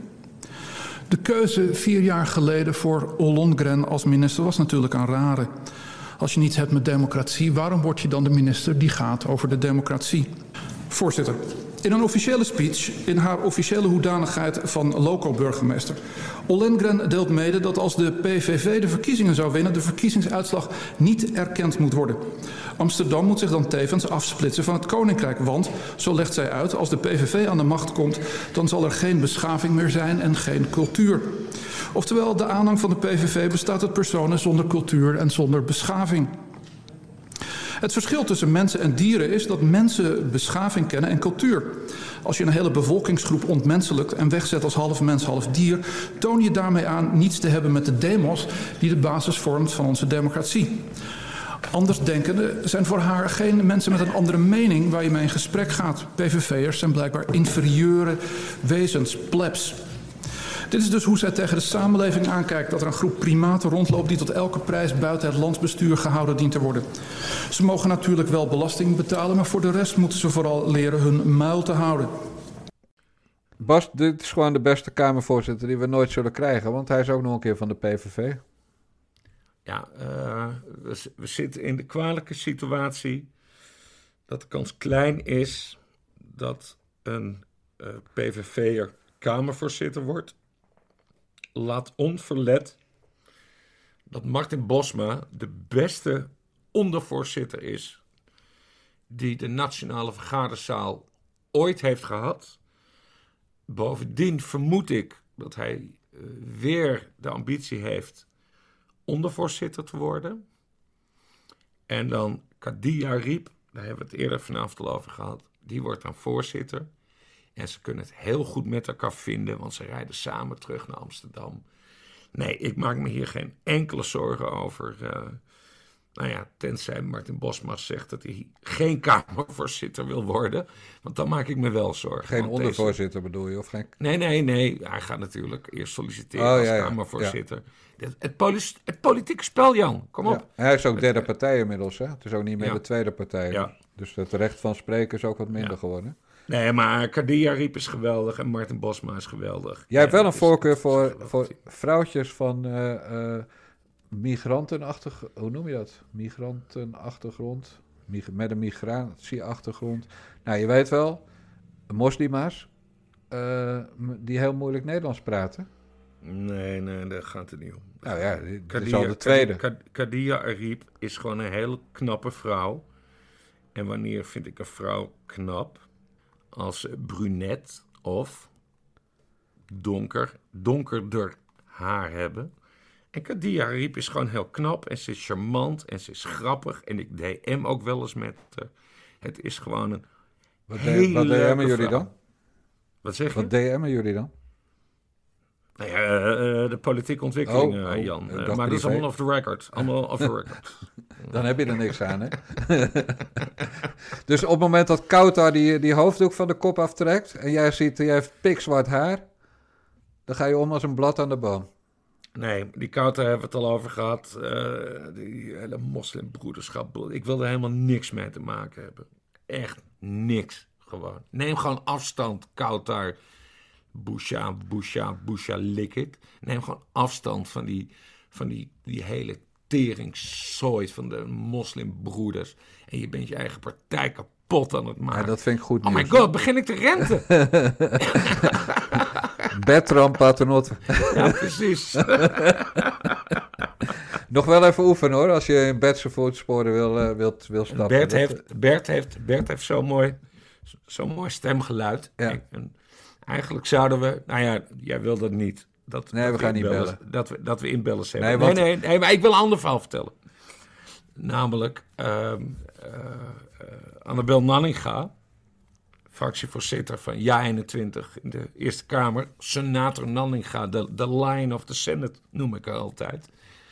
De keuze vier jaar geleden voor Ollongren als minister was natuurlijk een rare. Als je niets hebt met democratie, waarom word je dan de minister die gaat over de democratie? Voorzitter. In een officiële speech, in haar officiële hoedanigheid van loco-burgemeester. Ollongren deelt mede dat als de P V V de verkiezingen zou winnen, de verkiezingsuitslag niet erkend moet worden. Amsterdam moet zich dan tevens afsplitsen van het Koninkrijk. Want, zo legt zij uit, als de P V V aan de macht komt, dan zal er geen beschaving meer zijn en geen cultuur. Oftewel, de aanhang van de P V V bestaat uit personen zonder cultuur en zonder beschaving. Het verschil tussen mensen en dieren is dat mensen beschaving kennen en cultuur. Als je een hele bevolkingsgroep ontmenselijkt en wegzet als half mens, half dier, toon je daarmee aan niets te hebben met de demos die de basis vormt van onze democratie. Andersdenkenden zijn voor haar geen mensen met een andere mening waar je mee in gesprek gaat. P V V'ers zijn blijkbaar inferieure wezens, plebs. Dit is dus hoe zij tegen de samenleving aankijkt, dat er een groep primaten rondloopt die tot elke prijs buiten het landsbestuur gehouden dient te worden. Ze mogen natuurlijk wel belasting betalen, maar voor de rest moeten ze vooral leren hun muil te houden. Bas, dit is gewoon de beste Kamervoorzitter die we nooit zullen krijgen, want hij is ook nog een keer van de P V V. Ja, uh, we, we zitten in de kwalijke situatie dat de kans klein is dat een uh, P V V'er Kamervoorzitter wordt. Laat onverlet dat Martin Bosma de beste ondervoorzitter is die de Nationale Vergaderzaal ooit heeft gehad. bovendien vermoed ik dat hij uh, weer de ambitie heeft ondervoorzitter te worden. En dan Khadija Arib, daar hebben we het eerder vanavond al over gehad, die wordt dan voorzitter. En ze kunnen het heel goed met elkaar vinden, want ze rijden samen terug naar Amsterdam. Nee, ik maak me hier geen enkele zorgen over. Uh, nou ja, tenzij Martin Bosma zegt dat hij geen Kamervoorzitter wil worden. Want dan maak ik me wel zorgen. Geen ondervoorzitter deze... bedoel je? Of geen... Nee, nee, nee. Hij gaat natuurlijk eerst solliciteren oh, als ja, ja. Kamervoorzitter. Ja. Het, het, poli- het politieke spel, Jan. Kom op. Ja. Hij is ook derde partij inmiddels. Hè? Het is ook niet meer ja. de tweede partij. Ja. Dus het recht van spreken is ook wat minder ja. geworden. Nee, maar Khadija Arib is geweldig en Martin Bosma is geweldig. Jij hebt wel een voorkeur voor, voor vrouwtjes van uh, uh, migrantenachtig... Hoe noem je dat? Migrantenachtergrond. Mig- met een migratieachtergrond. Nou, je weet wel, moslima's uh, die heel moeilijk Nederlands praten. Nee, nee, daar gaat het niet om. Nou ja, dat is al de tweede. Khadija Arib is gewoon een hele knappe vrouw. En wanneer vind ik een vrouw knap? Als brunet of donker, donkerder haar hebben. En Khadija Arib is gewoon heel knap en ze is charmant en ze is grappig. En ik D M ook wel eens met haar. Het is gewoon een wat hele Wat D M'en jullie vrouw. dan? Wat zeg je? Wat D M'en jullie dan? Nou ja, uh, de politieke ontwikkeling, oh, uh, oh, Jan. Uh, maar privé. dat is allemaal off the record. Allemaal off the record. Dan heb je er niks aan, hè? Dus op het moment dat Kautar die, die hoofddoek van de kop aftrekt... en jij ziet, jij heeft pikzwart haar... dan ga je om als een blad aan de boom. Nee, die Kautar hebben we het al over gehad. Uh, die hele moslimbroederschap. Ik wil er helemaal niks mee te maken hebben. Echt niks, gewoon. Neem gewoon afstand, Kautar... Busha, Busha, Busha, lik it. Neem gewoon afstand van die, van die, die hele teringzooi van de moslimbroeders. En je bent je eigen partij kapot aan het maken. Ja, dat vind ik goed nieuws. Oh my god, begin ik te renten. Bertram Paternotte. Ja, precies. Nog wel even oefenen hoor, als je in Bertse voetsporen wil, uh, wilt, wil stappen. Bert heeft, Bert heeft, Bert heeft zo'n mooi, zo'n mooi stemgeluid. Ja. En, en eigenlijk zouden we... Nou ja, jij wil dat niet. Dat, nee, dat we gaan niet bellen. Dat we, dat we inbellen hebben. Nee, want... nee, nee, nee, maar ik wil een ander verhaal vertellen. Namelijk, uh, uh, uh, Annabel Nanninga, fractievoorzitter van Ja eenentwintig in de Eerste Kamer. Senator Nanninga, de, de Lion of the Senate noem ik haar altijd.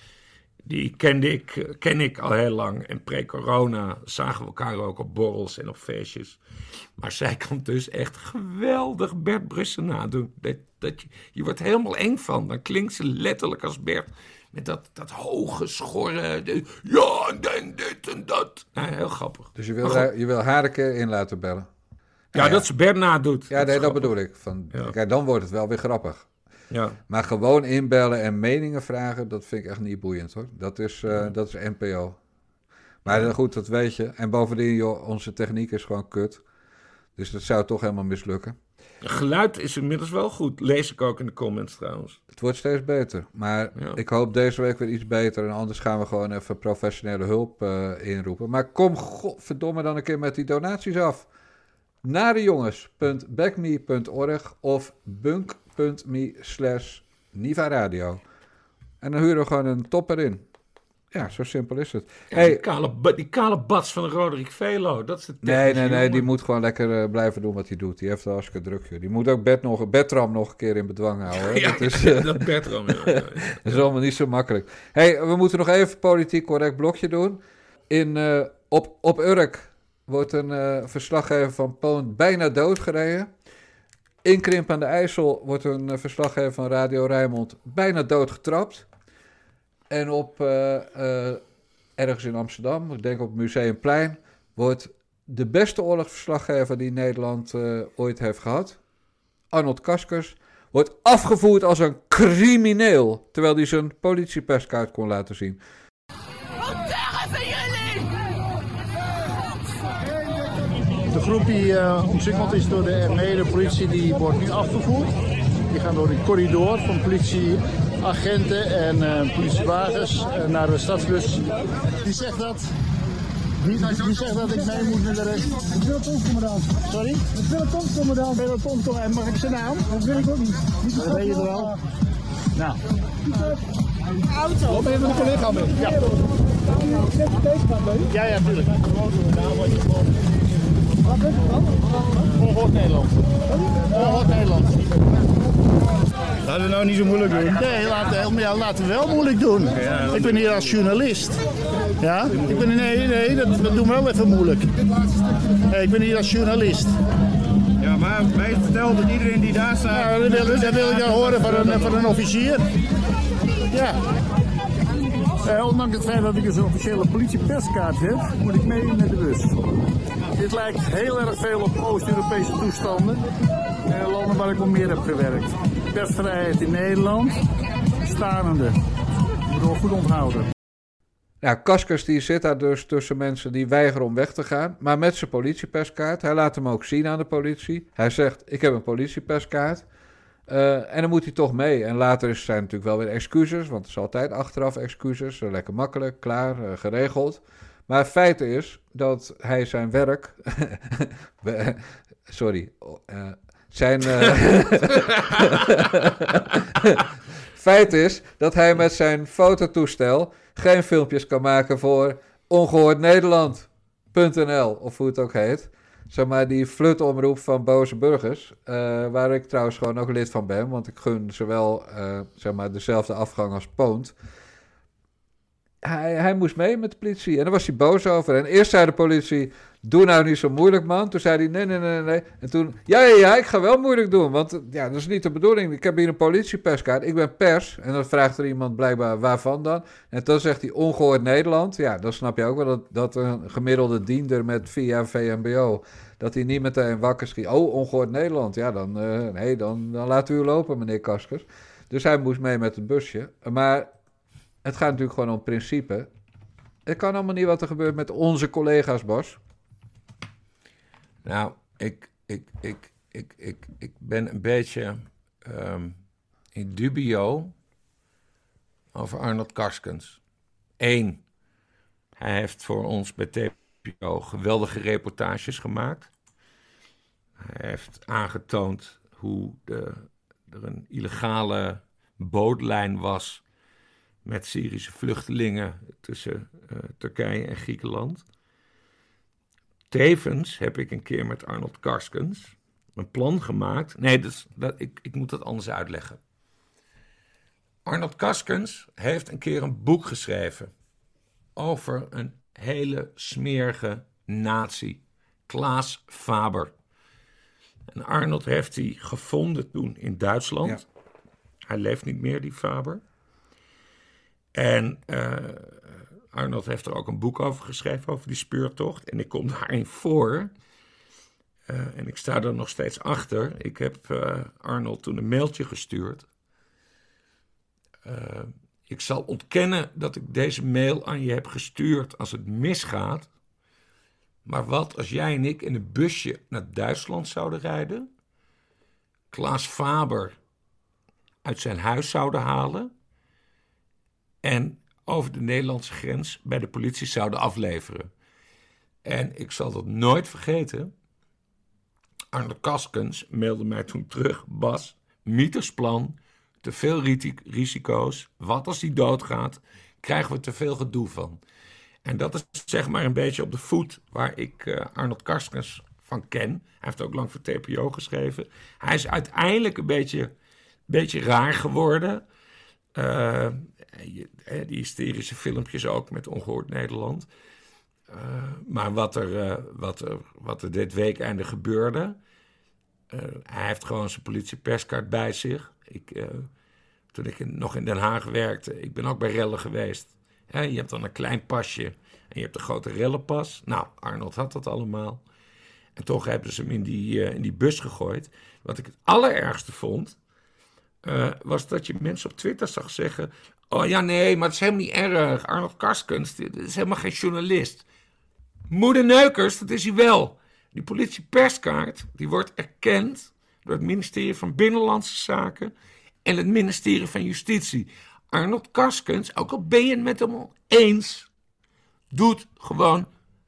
Die kende ik, ken ik al heel lang. En pre-corona zagen we elkaar ook op borrels en op feestjes. Maar zij kan dus echt geweldig Bert Brussen nadoen. Dat, dat je, je wordt helemaal eng van. Dan klinkt ze letterlijk als Bert. Met dat, dat hoge, schorre... De, ja, en dit en dat. Nou, heel grappig. Dus je wil, haar, je wil haar een keer in laten bellen? Ja, ja. dat ze Bert nadoet. Ja, dat nee, dat bedoel ik. Van, ja. Kijk, dan wordt het wel weer grappig. Ja. Maar gewoon inbellen en meningen vragen, dat vind ik echt niet boeiend hoor. Dat is, uh, ja. dat is N P O. Maar ja. goed, dat weet je. En bovendien, joh, onze techniek is gewoon kut. Dus dat zou toch helemaal mislukken. Geluid is inmiddels wel goed. Lees ik ook in de comments trouwens. Het wordt steeds beter. Maar ja. ik hoop deze week weer iets beter. En anders gaan we gewoon even professionele hulp uh, inroepen. Maar kom godverdomme dan een keer met die donaties af. narejongens punt backme punt org of bunk.me slash Niva Radio. En dan huren we gewoon een topper in. Ja, zo simpel is het. Ja, hey, die, kale, die kale bats van Roderick Velo, dat is de Nee, nee, nee, die moet gewoon lekker uh, blijven doen wat hij doet. Die heeft het hartstikke druk. Joh. Die moet ook Bert nog, Bertram nog een keer in bedwang houden. Ja, dat is, uh, dat Bertram, ja. ja, ja. Dat is allemaal niet zo makkelijk. Hey, we moeten nog even politiek correct blokje doen. In, uh, op, op Urk wordt een uh, verslaggever van Poont bijna doodgereden. In Krimp aan de IJssel wordt een uh, verslaggever van Radio Rijnmond bijna doodgetrapt. En op uh, uh, ergens in Amsterdam, ik denk op het Museumplein, wordt de beste oorlogsverslaggever die Nederland uh, ooit heeft gehad, Arnold Kaskers, wordt afgevoerd als een crimineel, terwijl hij zijn politiepestkaart kon laten zien. Wat zeggen jullie? De groep die uh, omsingeld is door de M E, de politie, die wordt nu afgevoerd. Die gaan door die corridor van politieagenten en uh, politiewagens uh, naar de stadsbus. Die zegt dat Wie, wie zegt dat ik mee moet met de rest? Het pelotoncommandant. Sorry? Het pelotoncommandant. Pelotoncommandant. Mag ik zijn naam? Dat wil ik ook niet. niet dat weet je er wel. Nou. Auto. Loop even met een collega mee. Ja. Zet je tekenband mee? Ja, ja, tuurlijk. Wat is het dan? Ongehoord Nederland. Ongehoord Nederland. Laten we nou niet zo moeilijk doen. Nee, laten we, ja, laten we wel moeilijk doen. Ja, ik ben hier als journalist. Ja? Ik ben, nee, nee, dat, dat doen we wel even moeilijk. Nee, ik ben hier als journalist. Ja, maar wij vertellen dat iedereen die daar staat... Ja, dat, wil, dat wil ik dan horen van een, van een officier. Ja. Eh, ondanks het feit dat ik een officiële politieperskaart heb, moet ik mee met de bus. Dit lijkt heel erg veel op Oost-Europese toestanden. Eh, landen waar ik al meer heb gewerkt. Persvrijheid in Nederland, starende. Ik bedoel, goed onthouden. Ja, Kaskas die zit daar dus tussen mensen die weigeren om weg te gaan, maar met zijn politieperskaart. Hij laat hem ook zien aan de politie. Hij zegt, ik heb een politieperskaart. Uh, en dan moet hij toch mee. En later zijn er natuurlijk wel weer excuses, want er is altijd achteraf excuses. Uh, lekker makkelijk, klaar, uh, geregeld. Maar het feit is dat hij zijn werk... Sorry. Uh, zijn... Uh, feit is dat hij met zijn fototoestel geen filmpjes kan maken voor ongehoord Nederland punt n l of hoe het ook heet. Zeg maar die flutomroep van boze burgers, uh, waar ik trouwens gewoon ook lid van ben, want ik gun ze wel uh, zeg maar dezelfde afgang als Poont. Hij, hij moest mee met de politie en daar was hij boos over. En eerst zei de politie, doe nou niet zo moeilijk, man. Toen zei hij, nee, nee, nee, nee. En toen, ja, ja, ja, ik ga wel moeilijk doen, want ja, dat is niet de bedoeling. Ik heb hier een politieperskaart, ik ben pers. En dan vraagt er iemand blijkbaar, waarvan dan? En dan zegt hij, ongehoord Nederland. Ja, dan snap je ook wel dat, dat een gemiddelde diender met via V M B O... dat hij niet meteen wakker schiet. Oh, ongehoord Nederland. Ja, dan, uh, nee, dan, dan laat u lopen, meneer Kaskas. Dus hij moest mee met het busje. Maar het gaat natuurlijk gewoon om principe. Het kan allemaal niet wat er gebeurt met onze collega's, Bas. Nou, ik, ik, ik, ik, ik, ik ben een beetje um, in dubio over Arnold Karskens. Eén, hij heeft voor ons bij T P O geweldige reportages gemaakt. Hij heeft aangetoond hoe de, er een illegale bootlijn was met Syrische vluchtelingen tussen uh, Turkije en Griekenland. Tevens heb ik een keer met Arnold Karskens een plan gemaakt. Nee, dat is, dat, ik, ik moet dat anders uitleggen. Arnold Karskens heeft een keer een boek geschreven over een hele smerige nazi, Klaas Faber. En Arnold heeft hij gevonden toen in Duitsland. Ja. Hij leeft niet meer, die Faber. En uh, Arnold heeft er ook een boek over geschreven, over die speurtocht. En ik kom daarin voor. Uh, en ik sta er nog steeds achter. Ik heb uh, Arnold toen een mailtje gestuurd. Uh, ik zal ontkennen dat ik deze mail aan je heb gestuurd als het misgaat. Maar wat als jij en ik in een busje naar Duitsland zouden rijden, Klaas Faber uit zijn huis zouden halen en over de Nederlandse grens bij de politie zouden afleveren. En ik zal dat nooit vergeten. Arnold Karskens mailde mij toen terug. Bas, Mieters plan, te veel risico's. Wat als die doodgaat, krijgen we te veel gedoe van. En dat is zeg maar een beetje op de voet waar ik uh, Arnold Karskens van ken. Hij heeft ook lang voor T P O geschreven. Hij is uiteindelijk een beetje, beetje raar geworden. Uh, die hysterische filmpjes ook met Ongehoord Nederland. Uh, maar wat er, uh, wat, er, wat er dit weekende gebeurde, Uh, hij heeft gewoon zijn politieperskaart bij zich. Ik, uh, toen ik in, nog in Den Haag werkte, ik ben ook bij rellen geweest. Ja, je hebt dan een klein pasje en je hebt een grote rellenpas. Nou, Arnold had dat allemaal. En toch hebben ze hem in die, uh, in die bus gegooid. Wat ik het allerergste vond, uh, was dat je mensen op Twitter zag zeggen, oh ja, nee, maar het is helemaal niet erg. Arnold Karskens, dit is helemaal geen journalist. Moederneukers, dat is hij wel. Die politieperskaart, die wordt erkend door het ministerie van Binnenlandse Zaken en het ministerie van Justitie. Arnold Karskens, ook al ben je het met hem eens, doet gewoon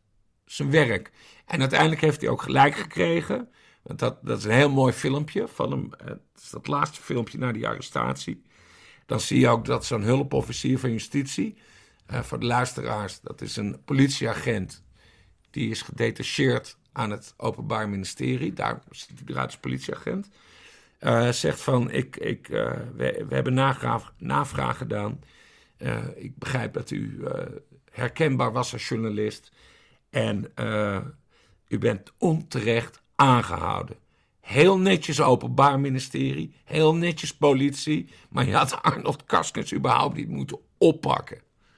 zijn werk. En uiteindelijk heeft hij ook gelijk gekregen. Want dat, dat is een heel mooi filmpje van hem. Het is dat laatste filmpje na die arrestatie. Dan zie je ook dat zo'n hulpofficier van justitie, uh, voor de luisteraars, dat is een politieagent, die is gedetacheerd aan het Openbaar Ministerie. Daar zit hij eruit als politieagent. Uh, zegt van, ik, ik, uh, we, we hebben navraag, navraag gedaan. Uh, ik begrijp dat u uh, herkenbaar was als journalist. En uh, u bent onterecht aangehouden. Heel netjes Openbaar Ministerie, heel netjes politie. Maar je had Arnold Karskens überhaupt niet moeten oppakken.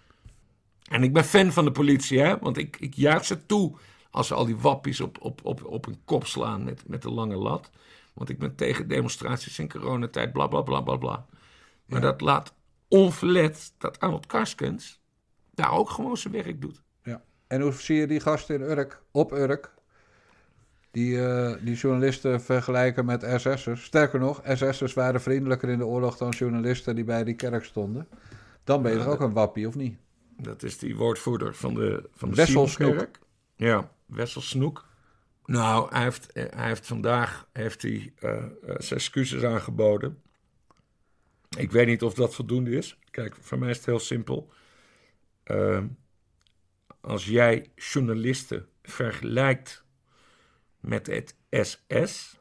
En ik ben fan van de politie, hè? Want ik, ik juich ze toe als ze al die wappies op, op, op, op hun kop slaan met, met de lange lat. Want ik ben tegen demonstraties in coronatijd, bla bla bla bla bla. Maar ja. Dat laat onverlet dat Arnold Karskens daar ook gewoon zijn werk doet. Ja. En hoe zie je die gasten in Urk, op Urk, die, uh, die journalisten vergelijken met S S'ers? Sterker nog, S S'ers waren vriendelijker in de oorlog dan journalisten die bij die kerk stonden. Dan ben je ja, toch ook een wappie, of niet? Dat is die woordvoerder van de, van de Wessel Snoek. Ja, Wessel Snoek. Nou, hij heeft, hij heeft vandaag heeft hij, uh, uh, zijn excuses aangeboden. Ik weet niet of dat voldoende is. Kijk, voor mij is het heel simpel. Uh, als jij journalisten vergelijkt met het S S,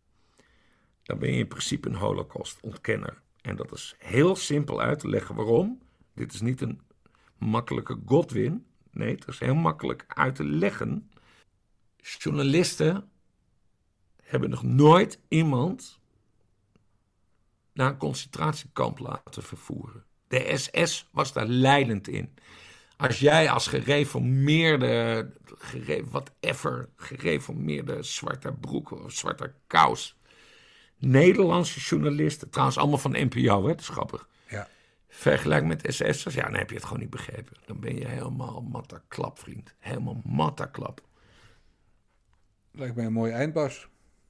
dan ben je in principe een holocaustontkenner. En dat is heel simpel uit te leggen waarom. Dit is niet een makkelijke Godwin. Nee, het is heel makkelijk uit te leggen. Journalisten hebben nog nooit iemand naar een concentratiekamp laten vervoeren. De S S was daar leidend in. Als jij als gereformeerde, gere, whatever, gereformeerde zwarte broek of zwarte kous, Nederlandse journalisten, trouwens allemaal van N P O, hè, dat is grappig. Ja. Vergelijk met S S'ers, ja, dan heb je het gewoon niet begrepen. Dan ben je helemaal mattaklap, vriend. Helemaal mattaklap. Lijkt mij een mooi eindbas.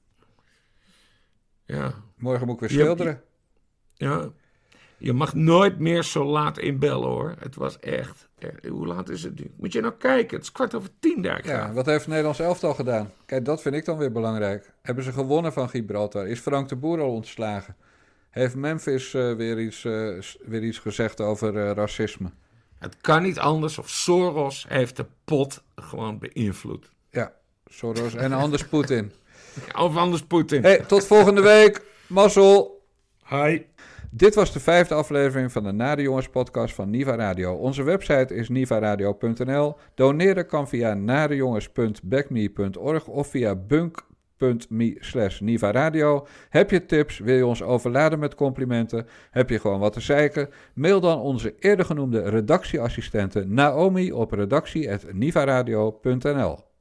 Ja. Morgen moet ik weer schilderen. Je, ja. Je mag nooit meer zo laat inbellen, hoor. Het was echt... echt hoe laat is het nu? Moet je nou kijken. Het is kwart over tien daar. Ja, wat heeft het Nederlands elftal gedaan? Kijk, dat vind ik dan weer belangrijk. Hebben ze gewonnen van Gibraltar? Is Frank de Boer al ontslagen? Heeft Memphis uh, weer, iets, uh, weer iets gezegd over uh, racisme? Het kan niet anders. Of Soros heeft de pot gewoon beïnvloed. Ja, Soros en anders Poetin. Of anders Poetin. Hey, tot volgende week. Mazzel. Hi. Dit was de vijfde aflevering van de Nare Jongens podcast van Niva Radio. Onze website is niva radio punt n l. Doneren kan via narejongens punt back me punt org of via bunk punt me slash niva radio. Heb je tips? Wil je ons overladen met complimenten? Heb je gewoon wat te zeiken? Mail dan onze eerder genoemde redactieassistente Naomi op redactie apenstaartje niva radio punt n l.